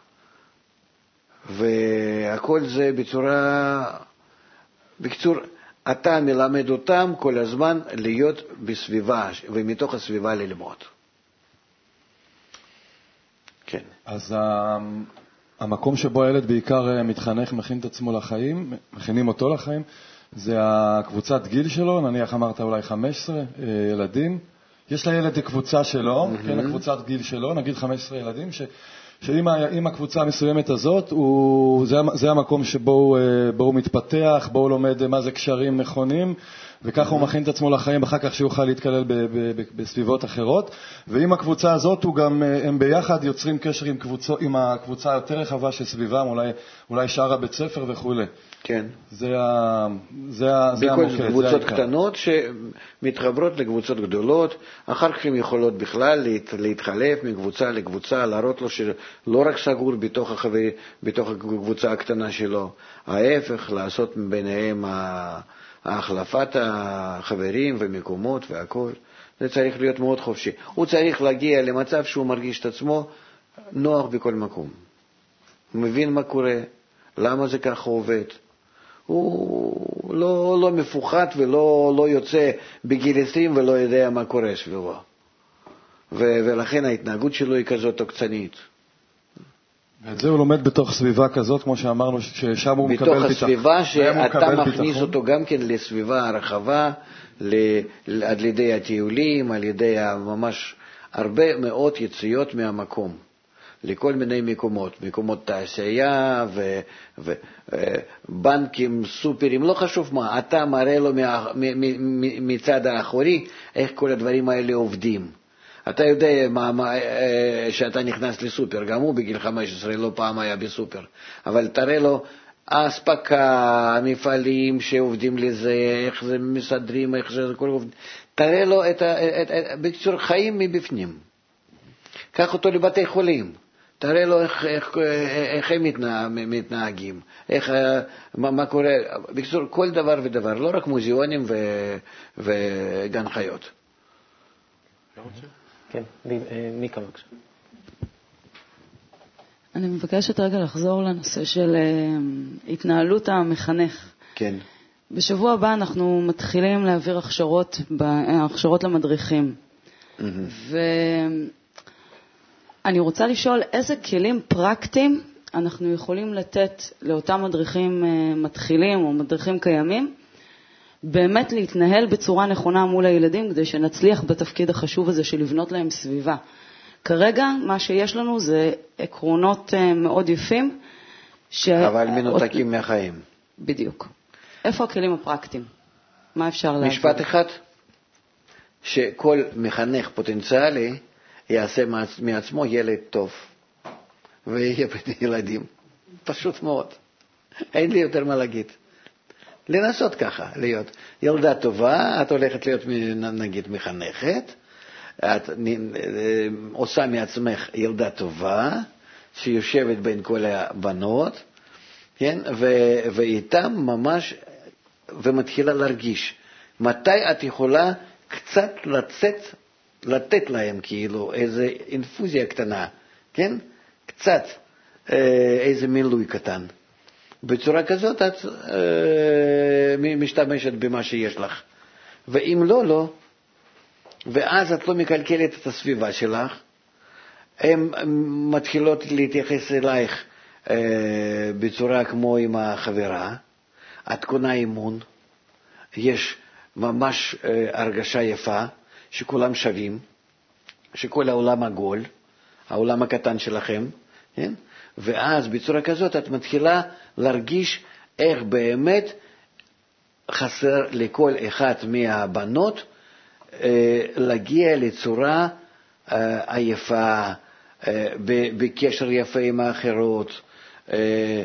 B: והכל זה בצורה, בקצור, אתה מלמד אותם כל הזמן להיות בסביבה, ומתוך הסביבה ללמוד. כן.
G: אז המקום שבו הילד בעיקר מתחנך, מכין את עצמו לחיים, מכינים אותו לחיים, זה הקבוצת גיל שלו, נניח אמרת אולי חמש עשרה ילדים, יש לילד קבוצה שלו, mm-hmm. כן, הקבוצת גיל שלו, נגיד חמש עשרה ילדים, ש, שאם הקבוצה המסוימת הזאת, הוא, זה, זה המקום שבו בו הוא מתפתח, בו הוא לומד מה זה קשרים נכונים, וככה הוא מכין את עצמו לחיים, אחר כך שיוכל להתקלל ב, ב, ב, בסביבות אחרות. ועם הקבוצה הזאת הוא גם, הם ביחד יוצרים קשר עם, קבוצו, עם הקבוצה היותר רחבה שסביבם, אולי, אולי שאר הבית ספר וכו'.
B: כן.
G: זה, ה, זה, ה, זה המוקד.
B: בכל קבוצות קטנות שמתחברות לקבוצות גדולות, אחר כך הן יכולות בכלל להת, להתחלף מקבוצה לקבוצה, להראות לו שלא רק סגור בתוך, החבר, בתוך הקבוצה הקטנה שלו, ההפך, לעשות ביניהם ה... החלפת החברים ומקומות והכל, זה צריך להיות מאוד חופשי. הוא צריך להגיע למצב שהוא מרגיש את עצמו נוח בכל מקום. הוא מבין מה קורה, למה זה ככה עובד. הוא לא, לא מפוחד ולא לא יוצא בגיל עשרים ולא יודע מה קורה סביבו. ו- ולכן ההתנהגות שלו היא כזאת עוקצנית.
G: ואת זה הוא לומד בתוך סביבה כזאת, כמו שאמרנו, ששם הוא מקבל
B: ביטחון. בתוך הסביבה שאתה מכניס
G: ביטחון. אותו
B: גם כן לסביבה הרחבה, על ידי הטיולים, על ידי ממש הרבה מאוד יציאות מהמקום, לכל מיני מקומות, מקומות תעשייה ובנקים, סופרים, לא חשוב מה, אתה מראה לו מצד האחורי איך כל הדברים האלה עובדים. אתה יודע מה, מה, שאתה נכנס לסופר, גם הוא בגיל חמש עשרה לא פעם היה בסופר, אבל תראה לו הספקה, המפעלים שעובדים לזה, איך זה מסדרים, איך זה כל עובד, תראה לו את, את, את, בקצור חיים מבפנים. קח אותו לבתי חולים, תראה לו איך, איך, איך הם מתנה, מתנהגים, איך, מה, מה קורה, בקצור כל דבר ודבר, לא רק מוזיאונים ו, וגן חיות.
A: כן, מיקה בבקשה.
D: אני מבקשת רגע לחזור לנושא של התנהלות המחנך.
B: כן.
D: בשבוע הבא אנחנו מתחילים להעביר הכשרות, הכשרות למדריכים. ואני רוצה לשאול איזה כלים פרקטיים אנחנו יכולים לתת לאותם מדריכים מתחילים או מדריכים קיימים,
H: באמת להתנהל בצורה נכונה מול הילדים, כדי שנצליח בתפקיד החשוב הזה של לבנות להם סביבה. כרגע מה שיש לנו זה עקרונות מאוד יפים. ש...
B: אבל מנותקים מהחיים.
H: בדיוק. איפה הכלים הפרקטיים? מה אפשר לעשות?
B: משפט אחד, שכל מחנך פוטנציאלי יעשה מעצמו ילד טוב, ויהיה בין ילדים. פשוט מאוד. אין לי יותר מה להגיד. לנסות ככה, להיות ילדה טובה, את הולכת להיות נגיד מחנכת, את עושה מעצמך ילדה טובה, שיושבת בין כל הבנות, כן? ו- ואיתם ממש, ומתחילה להרגיש, מתי את יכולה קצת לצאת, לתת להם כאילו איזו אינפוזיה קטנה, כן? קצת איזה מילוי קטן. בצורה כזאת את אה, משתמשת במה שיש לך. ואם לא, לא. ואז את לא מקלקלת את הסביבה שלך. הן מתחילות להתייחס אלייך אה, בצורה כמו עם החברה. את קונה אימון. יש ממש אה, הרגשה יפה שכולם שווים, שכל העולם עגול, העולם הקטן שלכם, כן? ואז בצורה כזאת את מתחילה להרגיש איך באמת חסר לכל אחת מהבנות אה, להגיע לצורה אה, היפה, אה, בקשר יפה עם האחרות, אה,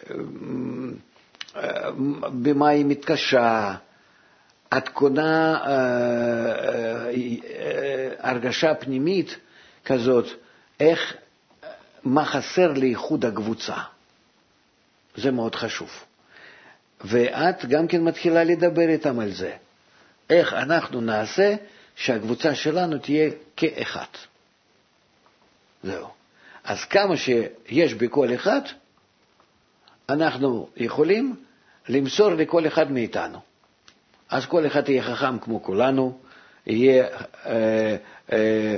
B: אה, במה היא מתקשה. את קונה אה, אה, אה, הרגשה פנימית כזאת, איך מה חסר לאיחוד הקבוצה. זה מאוד חשוב. ואת גם כן מתחילה לדבר איתם על זה. איך אנחנו נעשה שהקבוצה שלנו תהיה כאחד. זהו. אז כמה שיש בכל אחד, אנחנו יכולים למסור לכל אחד מאיתנו. אז כל אחד יהיה חכם כמו כולנו, יהיה אה, אה,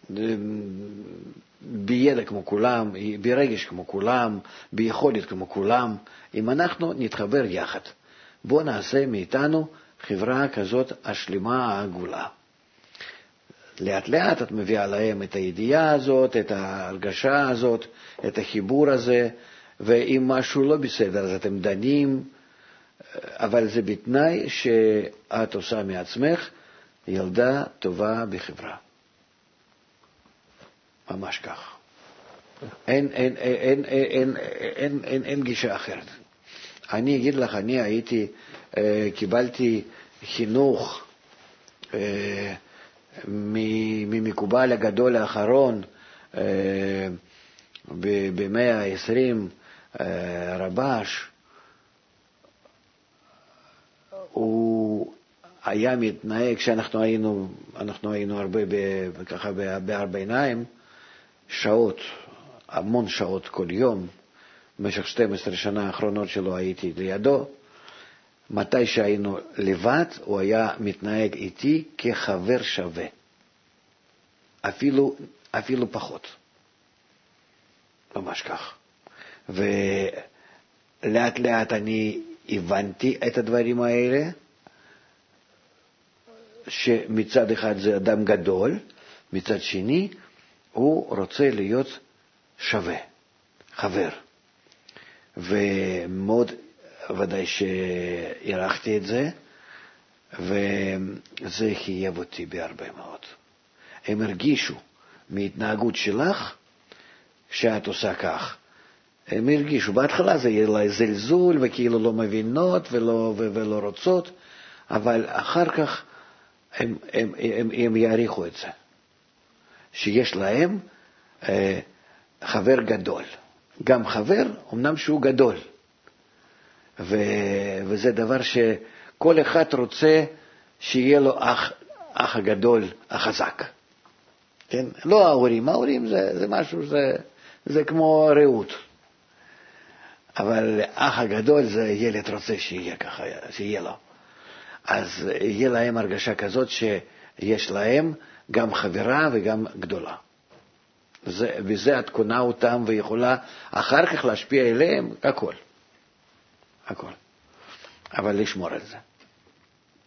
B: בידע כמו כולם, ברגש כמו כולם, ביכולת כמו כולם, אם אנחנו נתחבר יחד. בואו נעשה מאיתנו חברה כזאת השלמה העגולה. לאט לאט את מביאה להם את הידיעה הזאת, את ההרגשה הזאת, את החיבור הזה, ואם משהו לא בסדר אז אתם דנים, אבל זה בתנאי שאת עושה מעצמך ילדה טובה בחברה. ממש כך. אין, אין, אין, אין, אין, אין, אין גישה אחרת. אני אגיד לך, אני הייתי, קיבלתי חינוך ממקובל הגדול האחרון במאה העשרים, רבש, הוא היה מתנהג, כשאנחנו היינו, אנחנו היינו הרבה ככה בארבע עיניים, שעות, המון שעות כל יום, במשך שתים עשרה שנה האחרונות שלו הייתי לידו, מתי שהיינו לבד, הוא היה מתנהג איתי כחבר שווה. אפילו, אפילו פחות. ממש כך. ולאט לאט אני הבנתי את הדברים האלה, שמצד אחד זה אדם גדול, מצד שני הוא רוצה להיות שווה, חבר. ומאוד ודאי שהערכתי את זה, וזה חייב אותי בהרבה מאוד. הם הרגישו מהתנהגות שלך שאת עושה כך. הם הרגישו, בהתחלה זה יהיה לה זלזול וכאילו לא מבינות ולא, ולא רוצות, אבל אחר כך הם, הם, הם, הם יעריכו את זה. שיש להם אה, חבר גדול. גם חבר, אמנם שהוא גדול. ו, וזה דבר שכל אחד רוצה שיהיה לו אח, אח הגדול, החזק. כן? לא ההורים, ההורים זה, זה משהו, זה, זה כמו רעות. אבל אח הגדול זה ילד רוצה שיהיה ככה, שיהיה לו. אז יהיה להם הרגשה כזאת שיש להם גם חברה וגם גדולה. זה, וזה את קונה אותם ויכולה אחר כך להשפיע אליהם, הכל. הכל. אבל לשמור על זה.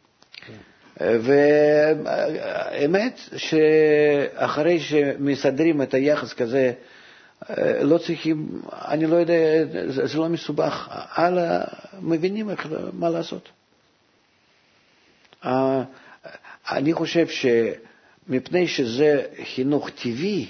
B: והאמת שאחרי שמסדרים את היחס כזה, לא צריכים, אני לא יודע, זה, זה לא מסובך, הלאה מבינים איך, מה לעשות. אני חושב שמפני שזה חינוך טבעי,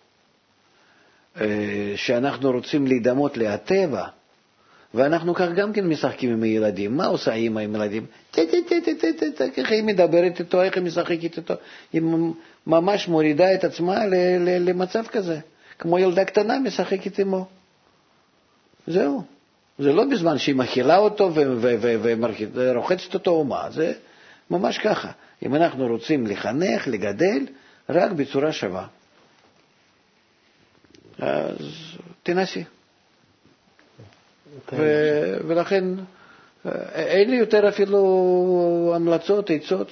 B: שאנחנו רוצים להידמות להטבע, ואנחנו כך גם כן משחקים עם הילדים. מה עושה אימא עם ילדים? איך היא מדברת איתו, איך היא משחקת איתו. היא ממש מורידה את עצמה למצב כזה. כמו ילדה קטנה משחקת עמו. זהו. זה לא בזמן שהיא מכילה אותו ורוחצת אותו או מה. זה ממש ככה. אם אנחנו רוצים לחנך, לגדל, רק בצורה שווה. אז תנסי. ו- ולכן אין לי יותר אפילו המלצות, עצות.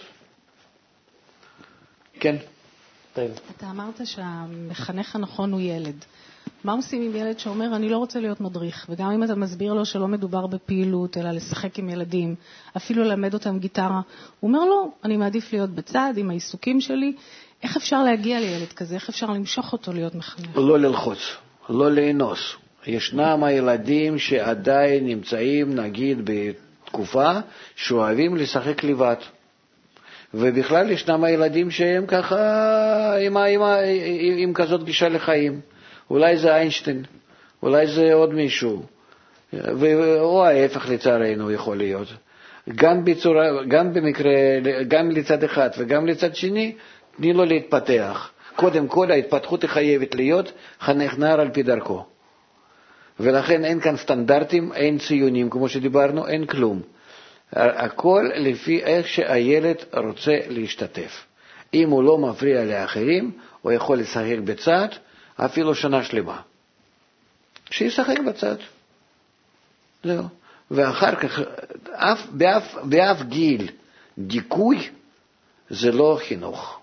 B: כן.
I: אתה אמרת שהמחנך הנכון הוא ילד. מה עושים עם ילד שאומר, אני לא רוצה להיות מדריך, וגם אם אתה מסביר לו שלא מדובר בפעילות, אלא לשחק עם ילדים, אפילו ללמד אותם גיטרה, הוא אומר לו, אני מעדיף להיות בצד עם העיסוקים שלי. איך אפשר להגיע לילד כזה? איך אפשר למשוך אותו להיות מחנך?
B: לא ללחוץ, לא לאנוס. ישנם הילדים שעדיין נמצאים, נגיד, בתקופה שאוהבים לשחק לבד. ובכלל ישנם הילדים שהם ככה, עם, עם, עם, עם כזאת גישה לחיים. אולי זה איינשטיין, אולי זה עוד מישהו. או ההפך לצערנו יכול להיות. גם בצורה, גם במקרה, גם לצד אחד וגם לצד שני, תני לו להתפתח. קודם כל ההתפתחות חייבת להיות חנך נער על פי דרכו. ולכן אין כאן סטנדרטים, אין ציונים, כמו שדיברנו, אין כלום. הכל לפי איך שהילד רוצה להשתתף. אם הוא לא מפריע לאחרים, הוא יכול לשחק בצד, אפילו שנה שלמה. שישחק בצד. זהו. ואחר כך, אף, באף, באף גיל, דיכוי, זה לא חינוך.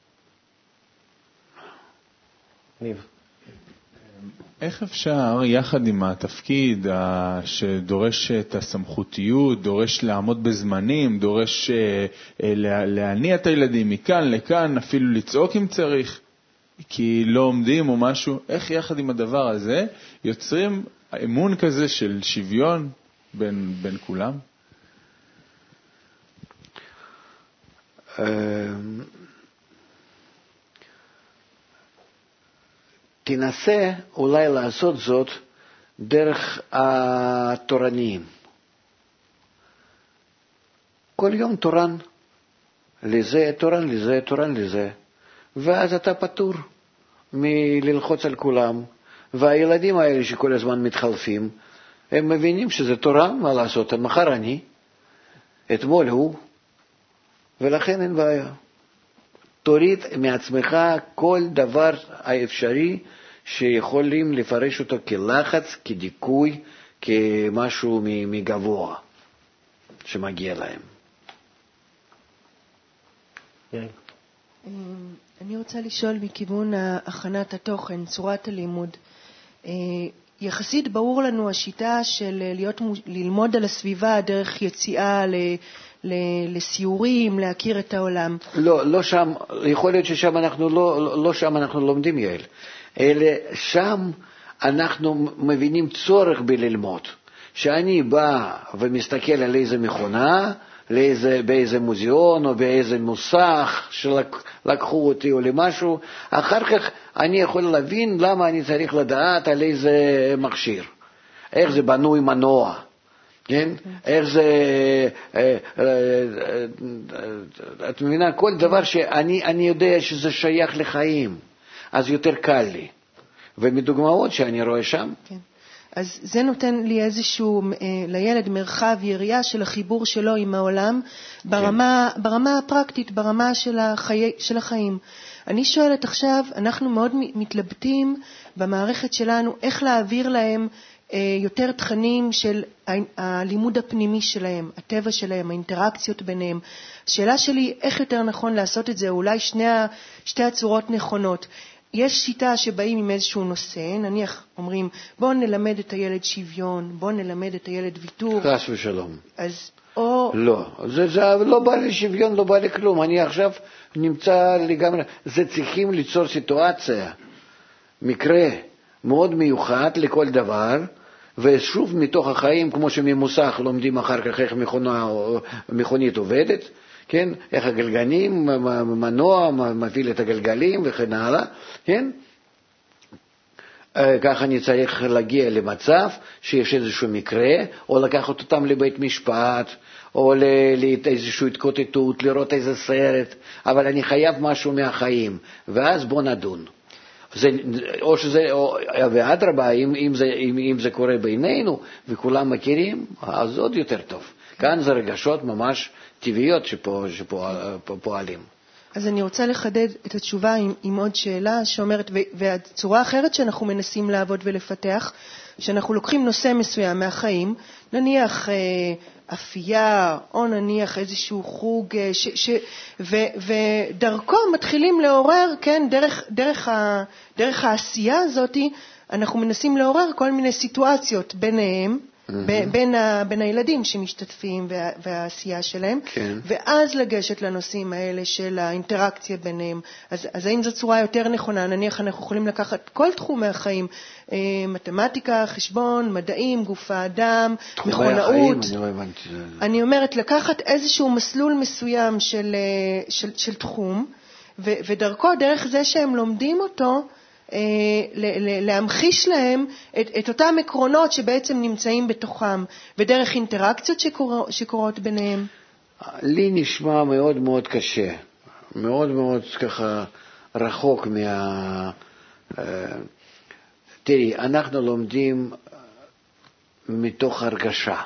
A: ניב.
J: איך אפשר, יחד עם התפקיד שדורש את הסמכותיות, דורש לעמוד בזמנים, דורש להניע את הילדים מכאן לכאן, אפילו לצעוק אם צריך, כי לא עומדים או משהו, איך יחד עם הדבר הזה יוצרים אמון כזה של שוויון בין, בין כולם?
B: תנסה אולי לעשות זאת דרך התורניים. כל יום תורן, לזה תורן, לזה תורן, לזה. ואז אתה פטור מללחוץ על כולם. והילדים האלה שכל הזמן מתחלפים, הם מבינים שזה תורן, מה לעשות, מחר אני, אתמול הוא, ולכן אין בעיה. תוריד מעצמך כל דבר האפשרי שיכולים לפרש אותו כלחץ, כדיכוי, כמשהו מגבוה שמגיע להם.
K: אני רוצה לשאול מכיוון הכנת התוכן, צורת הלימוד. יחסית ברור לנו השיטה של להיות, ללמוד על הסביבה דרך יציאה ל... לסיורים, להכיר את העולם.
B: לא, לא שם, יכול להיות ששם אנחנו לא, לא שם אנחנו לומדים יעל, אלא שם אנחנו מבינים צורך בללמוד. שאני בא ומסתכל על איזה מכונה, לאיזה, באיזה מוזיאון או באיזה מוסך שלקחו אותי או למשהו, אחר כך אני יכול להבין למה אני צריך לדעת על איזה מכשיר, איך זה בנוי מנוע. כן? איך זה, את מבינה, כל דבר שאני אני יודע שזה שייך לחיים, אז יותר קל לי. ומדוגמאות שאני רואה שם.
K: כן. אז זה נותן לי איזשהו, לילד מרחב יריעה של החיבור שלו עם העולם, ברמה, כן. ברמה הפרקטית, ברמה של, החיי, של החיים. אני שואלת עכשיו, אנחנו מאוד מתלבטים במערכת שלנו, איך להעביר להם יותר תכנים של הלימוד הפנימי שלהם, הטבע שלהם, האינטראקציות ביניהם. השאלה שלי, איך יותר נכון לעשות את זה? אולי שני, שתי הצורות נכונות. יש שיטה שבאים עם איזשהו נושא, נניח אומרים, בואו נלמד את הילד שוויון, בואו נלמד את הילד ויתור.
B: חס ושלום.
K: אז או...
B: לא, זה, זה לא בא לי שוויון, לא בא לי כלום. אני עכשיו נמצא לגמרי, זה צריכים ליצור סיטואציה, מקרה מאוד מיוחד לכל דבר, ושוב מתוך החיים, כמו שממוסך לומדים אחר כך איך מכונה, מכונית עובדת, כן? איך הגלגלים, מנוע, מפעיל את הגלגלים וכן הלאה, כן? כך אני צריך להגיע למצב שיש איזשהו מקרה, או לקחת אותם לבית משפט, או לאיזושהי התקוטטות, לראות איזה סרט, אבל אני חייב משהו מהחיים, ואז בוא נדון. זה, או שזה, או, ואדרבה, אם, אם, זה, אם, אם זה קורה בינינו, וכולם מכירים, אז עוד יותר טוב. כאן זה רגשות ממש טבעיות שפועלים.
K: אז אני רוצה לחדד את התשובה עם, עם עוד שאלה שאומרת, והצורה האחרת שאנחנו מנסים לעבוד ולפתח, שאנחנו לוקחים נושא מסוים מהחיים, נניח אה, אפייה, או נניח איזשהו חוג, ש, ש, ו, ודרכו מתחילים לעורר, כן, דרך, דרך, ה, דרך העשייה הזאת, אנחנו מנסים לעורר כל מיני סיטואציות ביניהם, ב- בין, ה- בין הילדים שמשתתפים וה- והעשייה שלהם,
B: כן.
K: ואז לגשת לנושאים האלה של האינטראקציה ביניהם. אז, אז האם זו צורה יותר נכונה? נניח אנחנו יכולים לקחת כל תחום מהחיים, אה, מתמטיקה, חשבון, מדעים, גוף האדם, מכונאות.
B: החיים, אני לא הבנתי.
K: אני אומרת, לקחת איזשהו מסלול מסוים של, של, של תחום, ו- ודרכו, דרך זה שהם לומדים אותו, להמחיש להם את, את אותם עקרונות שבעצם נמצאים בתוכם, ודרך אינטראקציות שקור, שקורות ביניהם.
B: לי נשמע מאוד מאוד קשה, מאוד מאוד ככה רחוק מה... תראי, אנחנו לומדים מתוך הרגשה,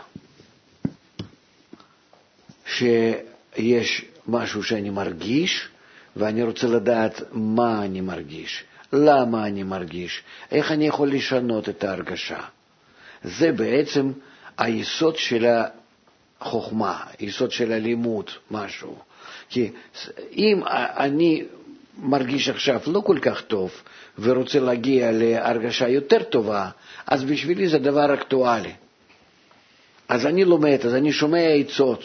B: שיש משהו שאני מרגיש, ואני רוצה לדעת מה אני מרגיש. למה אני מרגיש, איך אני יכול לשנות את ההרגשה. זה בעצם היסוד של החוכמה, היסוד של הלימוד, משהו. כי אם אני מרגיש עכשיו לא כל כך טוב, ורוצה להגיע להרגשה יותר טובה, אז בשבילי זה דבר אקטואלי. אז אני לומד, אז אני שומע עצות.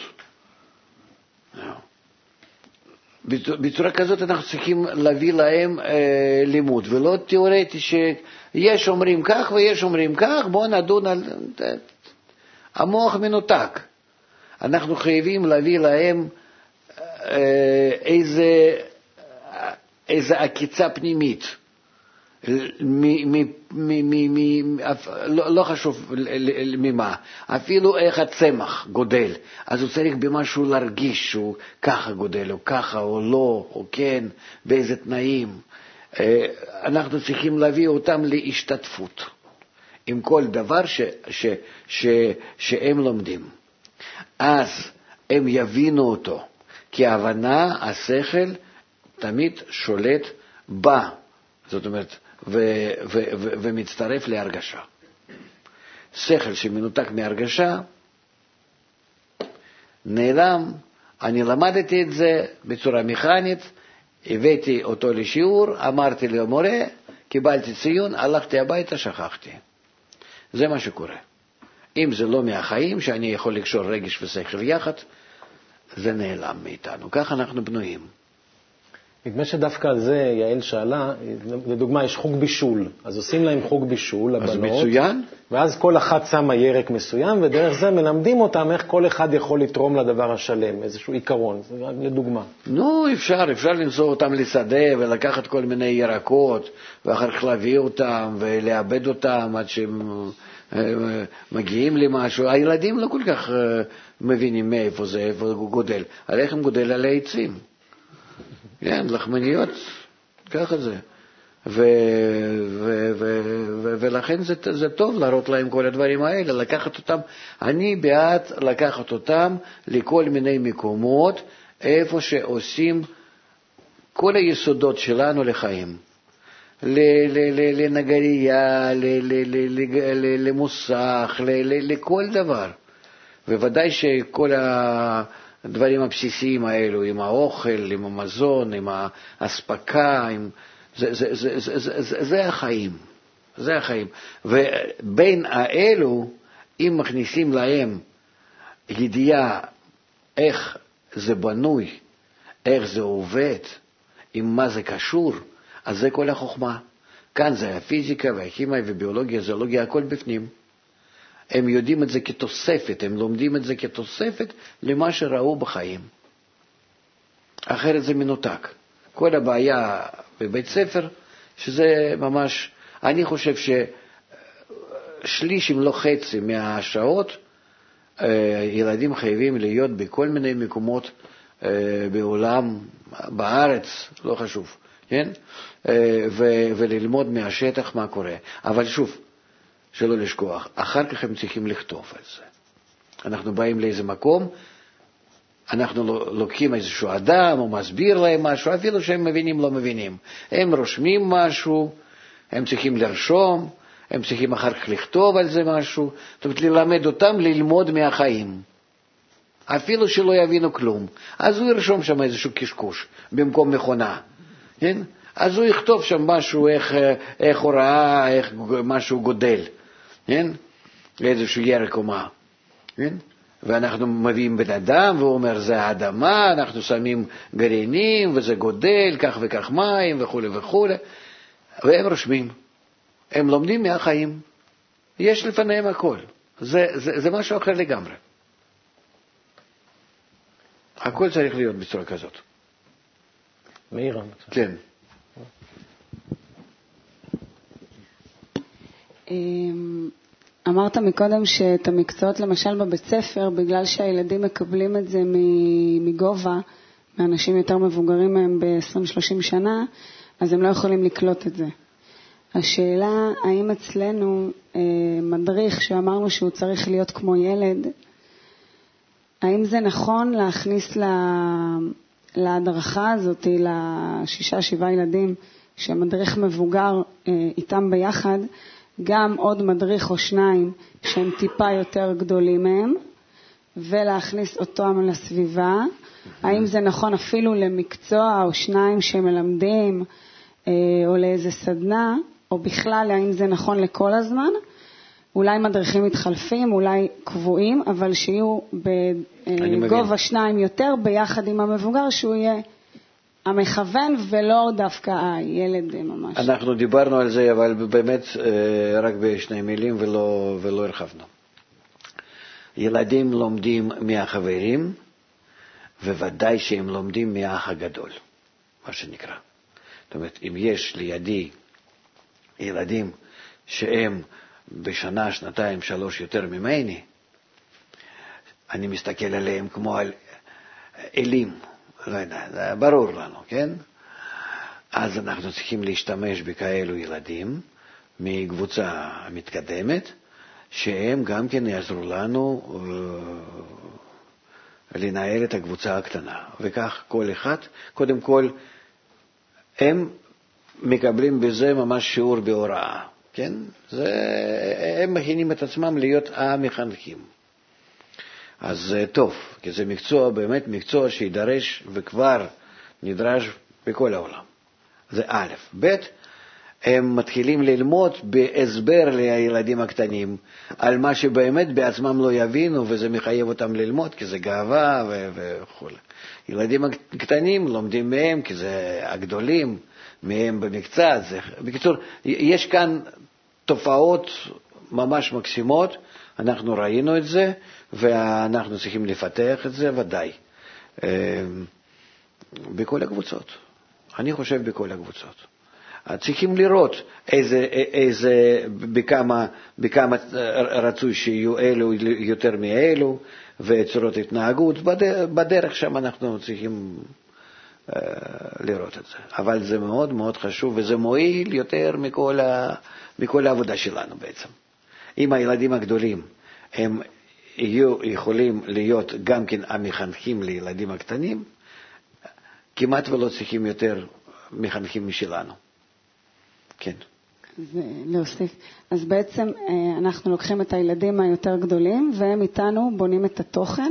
B: בצורה כזאת אנחנו צריכים להביא להם אה, לימוד, ולא תיאורטי שיש אומרים כך ויש אומרים כך, בואו נדון על... המוח מנותק. אנחנו חייבים להביא להם אה, איזה, איזה עקיצה פנימית. מ, מ, מ, מ, מ, לא, לא חשוב ממה, אפילו איך הצמח גודל, אז הוא צריך במשהו להרגיש שהוא ככה גודל, או ככה, או לא, או כן, באיזה תנאים. אנחנו צריכים להביא אותם להשתתפות עם כל דבר ש, ש, ש, שהם לומדים. אז הם יבינו אותו, כי ההבנה, השכל, תמיד שולט בה. זאת אומרת, ו- ו- ו- ומצטרף להרגשה. שכל שמנותק מהרגשה נעלם. אני למדתי את זה בצורה מכנית, הבאתי אותו לשיעור, אמרתי למורה, קיבלתי ציון, הלכתי הביתה, שכחתי. זה מה שקורה. אם זה לא מהחיים, שאני יכול לקשור רגש ושכל יחד, זה נעלם מאיתנו. כך אנחנו בנויים.
A: נדמה שדווקא על זה יעל שאלה, לדוגמה יש חוג בישול, אז עושים להם חוג בישול לבנות,
B: אז מצוין.
A: ואז כל אחת שמה ירק מסוים, ודרך זה מלמדים אותם איך כל אחד יכול לתרום לדבר השלם, איזשהו עיקרון, זה רק לדוגמה.
B: נו, אפשר, אפשר לנסוע אותם לשדה ולקחת כל מיני ירקות, ואחר כך להביא אותם ולאבד אותם עד שהם מגיעים למשהו. הילדים לא כל כך מבינים מאיפה זה, איפה הוא גודל. על איך הם גודל על העצים. כן, לחמניות, ככה זה. ו- ו- ו- ו- ולכן זה, זה טוב להראות להם כל הדברים האלה, לקחת אותם, אני בעד לקחת אותם לכל מיני מקומות, איפה שעושים כל היסודות שלנו לחיים. לנגרייה, למוסך, לכל דבר. וודאי שכל ה... הדברים הבסיסיים האלו, עם האוכל, עם המזון, עם ההספקה, עם... זה, זה, זה, זה, זה, זה, זה החיים. זה החיים. ובין האלו, אם מכניסים להם ידיעה איך זה בנוי, איך זה עובד, עם מה זה קשור, אז זה כל החוכמה. כאן זה הפיזיקה והכימיה וביולוגיה, זואולוגיה, הכל בפנים. הם יודעים את זה כתוספת, הם לומדים את זה כתוספת למה שראו בחיים. אחרת זה מנותק. כל הבעיה בבית ספר, שזה ממש, אני חושב ששליש אם לא חצי מהשעות, ילדים חייבים להיות בכל מיני מקומות בעולם, בארץ, לא חשוב, כן? ו- וללמוד מהשטח מה קורה. אבל שוב, שלא לשכוח, אחר כך הם צריכים לכתוב על זה. אנחנו באים לאיזה מקום, אנחנו לוקחים איזשהו אדם, או מסביר להם משהו, אפילו שהם מבינים, לא מבינים. הם רושמים משהו, הם צריכים לרשום, הם צריכים אחר כך לכתוב על זה משהו, זאת אומרת, ללמד אותם ללמוד מהחיים. אפילו שלא יבינו כלום. אז הוא ירשום שם איזשהו קשקוש, במקום מכונה. כן? אז הוא יכתוב שם משהו, איך, איך הוראה, איך משהו גודל. כן? איזשהו ירק או מה. כן? ואנחנו מביאים בן אדם, והוא אומר, זה האדמה, אנחנו שמים גרעינים, וזה גודל, כך וכך מים, וכו' וכו'. והם רושמים. הם לומדים מהחיים. יש לפניהם הכל. זה, זה, זה משהו אחר לגמרי. הכל צריך להיות בצורה כזאת.
A: מאירה.
B: כן.
L: אמרת מקודם שאת המקצועות למשל בבית ספר, בגלל שהילדים מקבלים את זה מגובה, מאנשים יותר מבוגרים מהם ב-עשרים שלושים שנה, אז הם לא יכולים לקלוט את זה. השאלה, האם אצלנו מדריך שאמרנו שהוא צריך להיות כמו ילד, האם זה נכון להכניס להדרכה הזאת, לשישה, שבעה ילדים, שמדריך מבוגר איתם ביחד, גם עוד מדריך או שניים שהם טיפה יותר גדולים מהם, ולהכניס אותם לסביבה? האם זה נכון אפילו למקצוע או שניים שמלמדים, או לאיזה סדנה, או בכלל האם זה נכון לכל הזמן? אולי מדריכים מתחלפים, אולי קבועים, אבל שיהיו בגובה שניים יותר ביחד עם המבוגר, שהוא יהיה המכוון ולא דווקא הילד ממש.
B: אנחנו דיברנו על זה, אבל באמת רק בשני מילים ולא, ולא הרחבנו. ילדים לומדים מהחברים, וודאי שהם לומדים מהאח הגדול, מה שנקרא. זאת אומרת, אם יש לידי ילדים שהם בשנה, שנתיים, שלוש יותר ממני, אני מסתכל עליהם כמו על אלים, לא יודע, זה ברור לנו, כן? אז אנחנו צריכים להשתמש בכאלו ילדים מקבוצה מתקדמת, שהם גם כן יעזרו לנו אה, לנהל את הקבוצה הקטנה. וכך כל אחד, קודם כל, הם מקבלים בזה ממש שיעור בהוראה, כן? זה, הם מכינים את עצמם להיות המחנכים. אז טוב, כי זה מקצוע, באמת מקצוע שידרש וכבר נדרש בכל העולם. זה א', ב', הם מתחילים ללמוד בהסבר לילדים הקטנים על מה שבאמת בעצמם לא יבינו, וזה מחייב אותם ללמוד, כי זה גאווה וכו'. ילדים הקטנים לומדים מהם, כי זה הגדולים, מהם במקצת. זה... בקיצור, יש כאן תופעות ממש מקסימות, אנחנו ראינו את זה, ואנחנו צריכים לפתח את זה ודאי. בכל הקבוצות. אני חושב בכל הקבוצות. צריכים לראות איזה, איזה, בכמה, בכמה רצוי שיהיו אלו יותר מאלו, וצורות התנהגות. בדרך, בדרך שם אנחנו צריכים uh, לראות את זה. אבל זה מאוד מאוד חשוב, וזה מועיל יותר מכל, ה, מכל העבודה שלנו בעצם. אם הילדים הגדולים, הם יהיו יכולים להיות גם כן המחנכים לילדים הקטנים, כמעט ולא צריכים יותר מחנכים משלנו. כן.
L: אז להוסיף. אז בעצם אנחנו לוקחים את הילדים היותר גדולים, והם איתנו בונים את התוכן,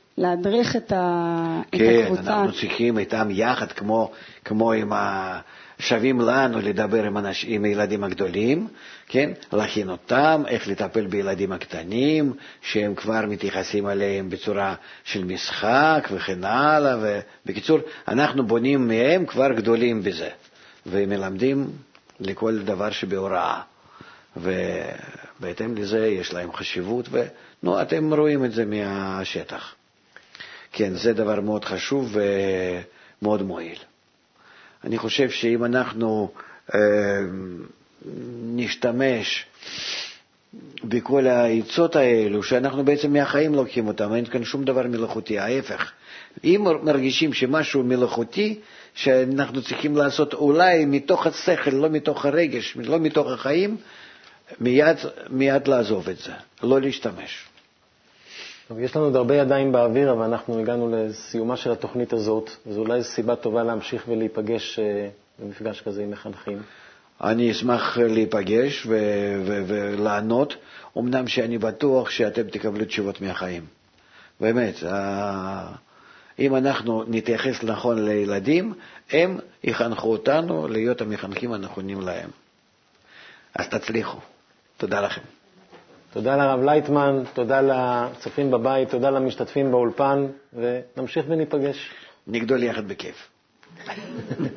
L: להדריך את, ה...
B: כן,
L: את הקבוצה.
B: כן, אנחנו צריכים איתם יחד, כמו, כמו עם, ה... שווים לנו לדבר עם, אנש, עם הילדים הגדולים, כן? להכין אותם, איך לטפל בילדים הקטנים, שהם כבר מתייחסים אליהם בצורה של משחק וכן הלאה. ובקיצור, אנחנו בונים מהם כבר גדולים בזה, ומלמדים לכל דבר שבהוראה. ובהתאם לזה יש להם חשיבות, ונו, אתם רואים את זה מהשטח. כן, זה דבר מאוד חשוב ומאוד מועיל. אני חושב שאם אנחנו אה, נשתמש בכל העצות האלו, שאנחנו בעצם מהחיים לוקחים אותם, אין כאן שום דבר מלאכותי, ההפך. אם מרגישים שמשהו מלאכותי, שאנחנו צריכים לעשות אולי מתוך השכל, לא מתוך הרגש, לא מתוך החיים, מיד, מיד לעזוב את זה, לא להשתמש.
A: טוב, יש לנו עוד הרבה ידיים באוויר, אבל אנחנו הגענו לסיומה של התוכנית הזאת, וזו אולי סיבה טובה להמשיך ולהיפגש במפגש כזה עם מחנכים.
B: אני אשמח להיפגש ו- ו- ולענות, אמנם שאני בטוח שאתם תקבלו תשובות מהחיים. באמת, אם אנחנו נתייחס נכון לילדים, הם יחנכו אותנו להיות המחנכים הנכונים להם. אז תצליחו. תודה לכם.
A: תודה לרב לייטמן, תודה לצופים בבית, תודה למשתתפים באולפן, ונמשיך וניפגש.
B: נגדול יחד בכיף.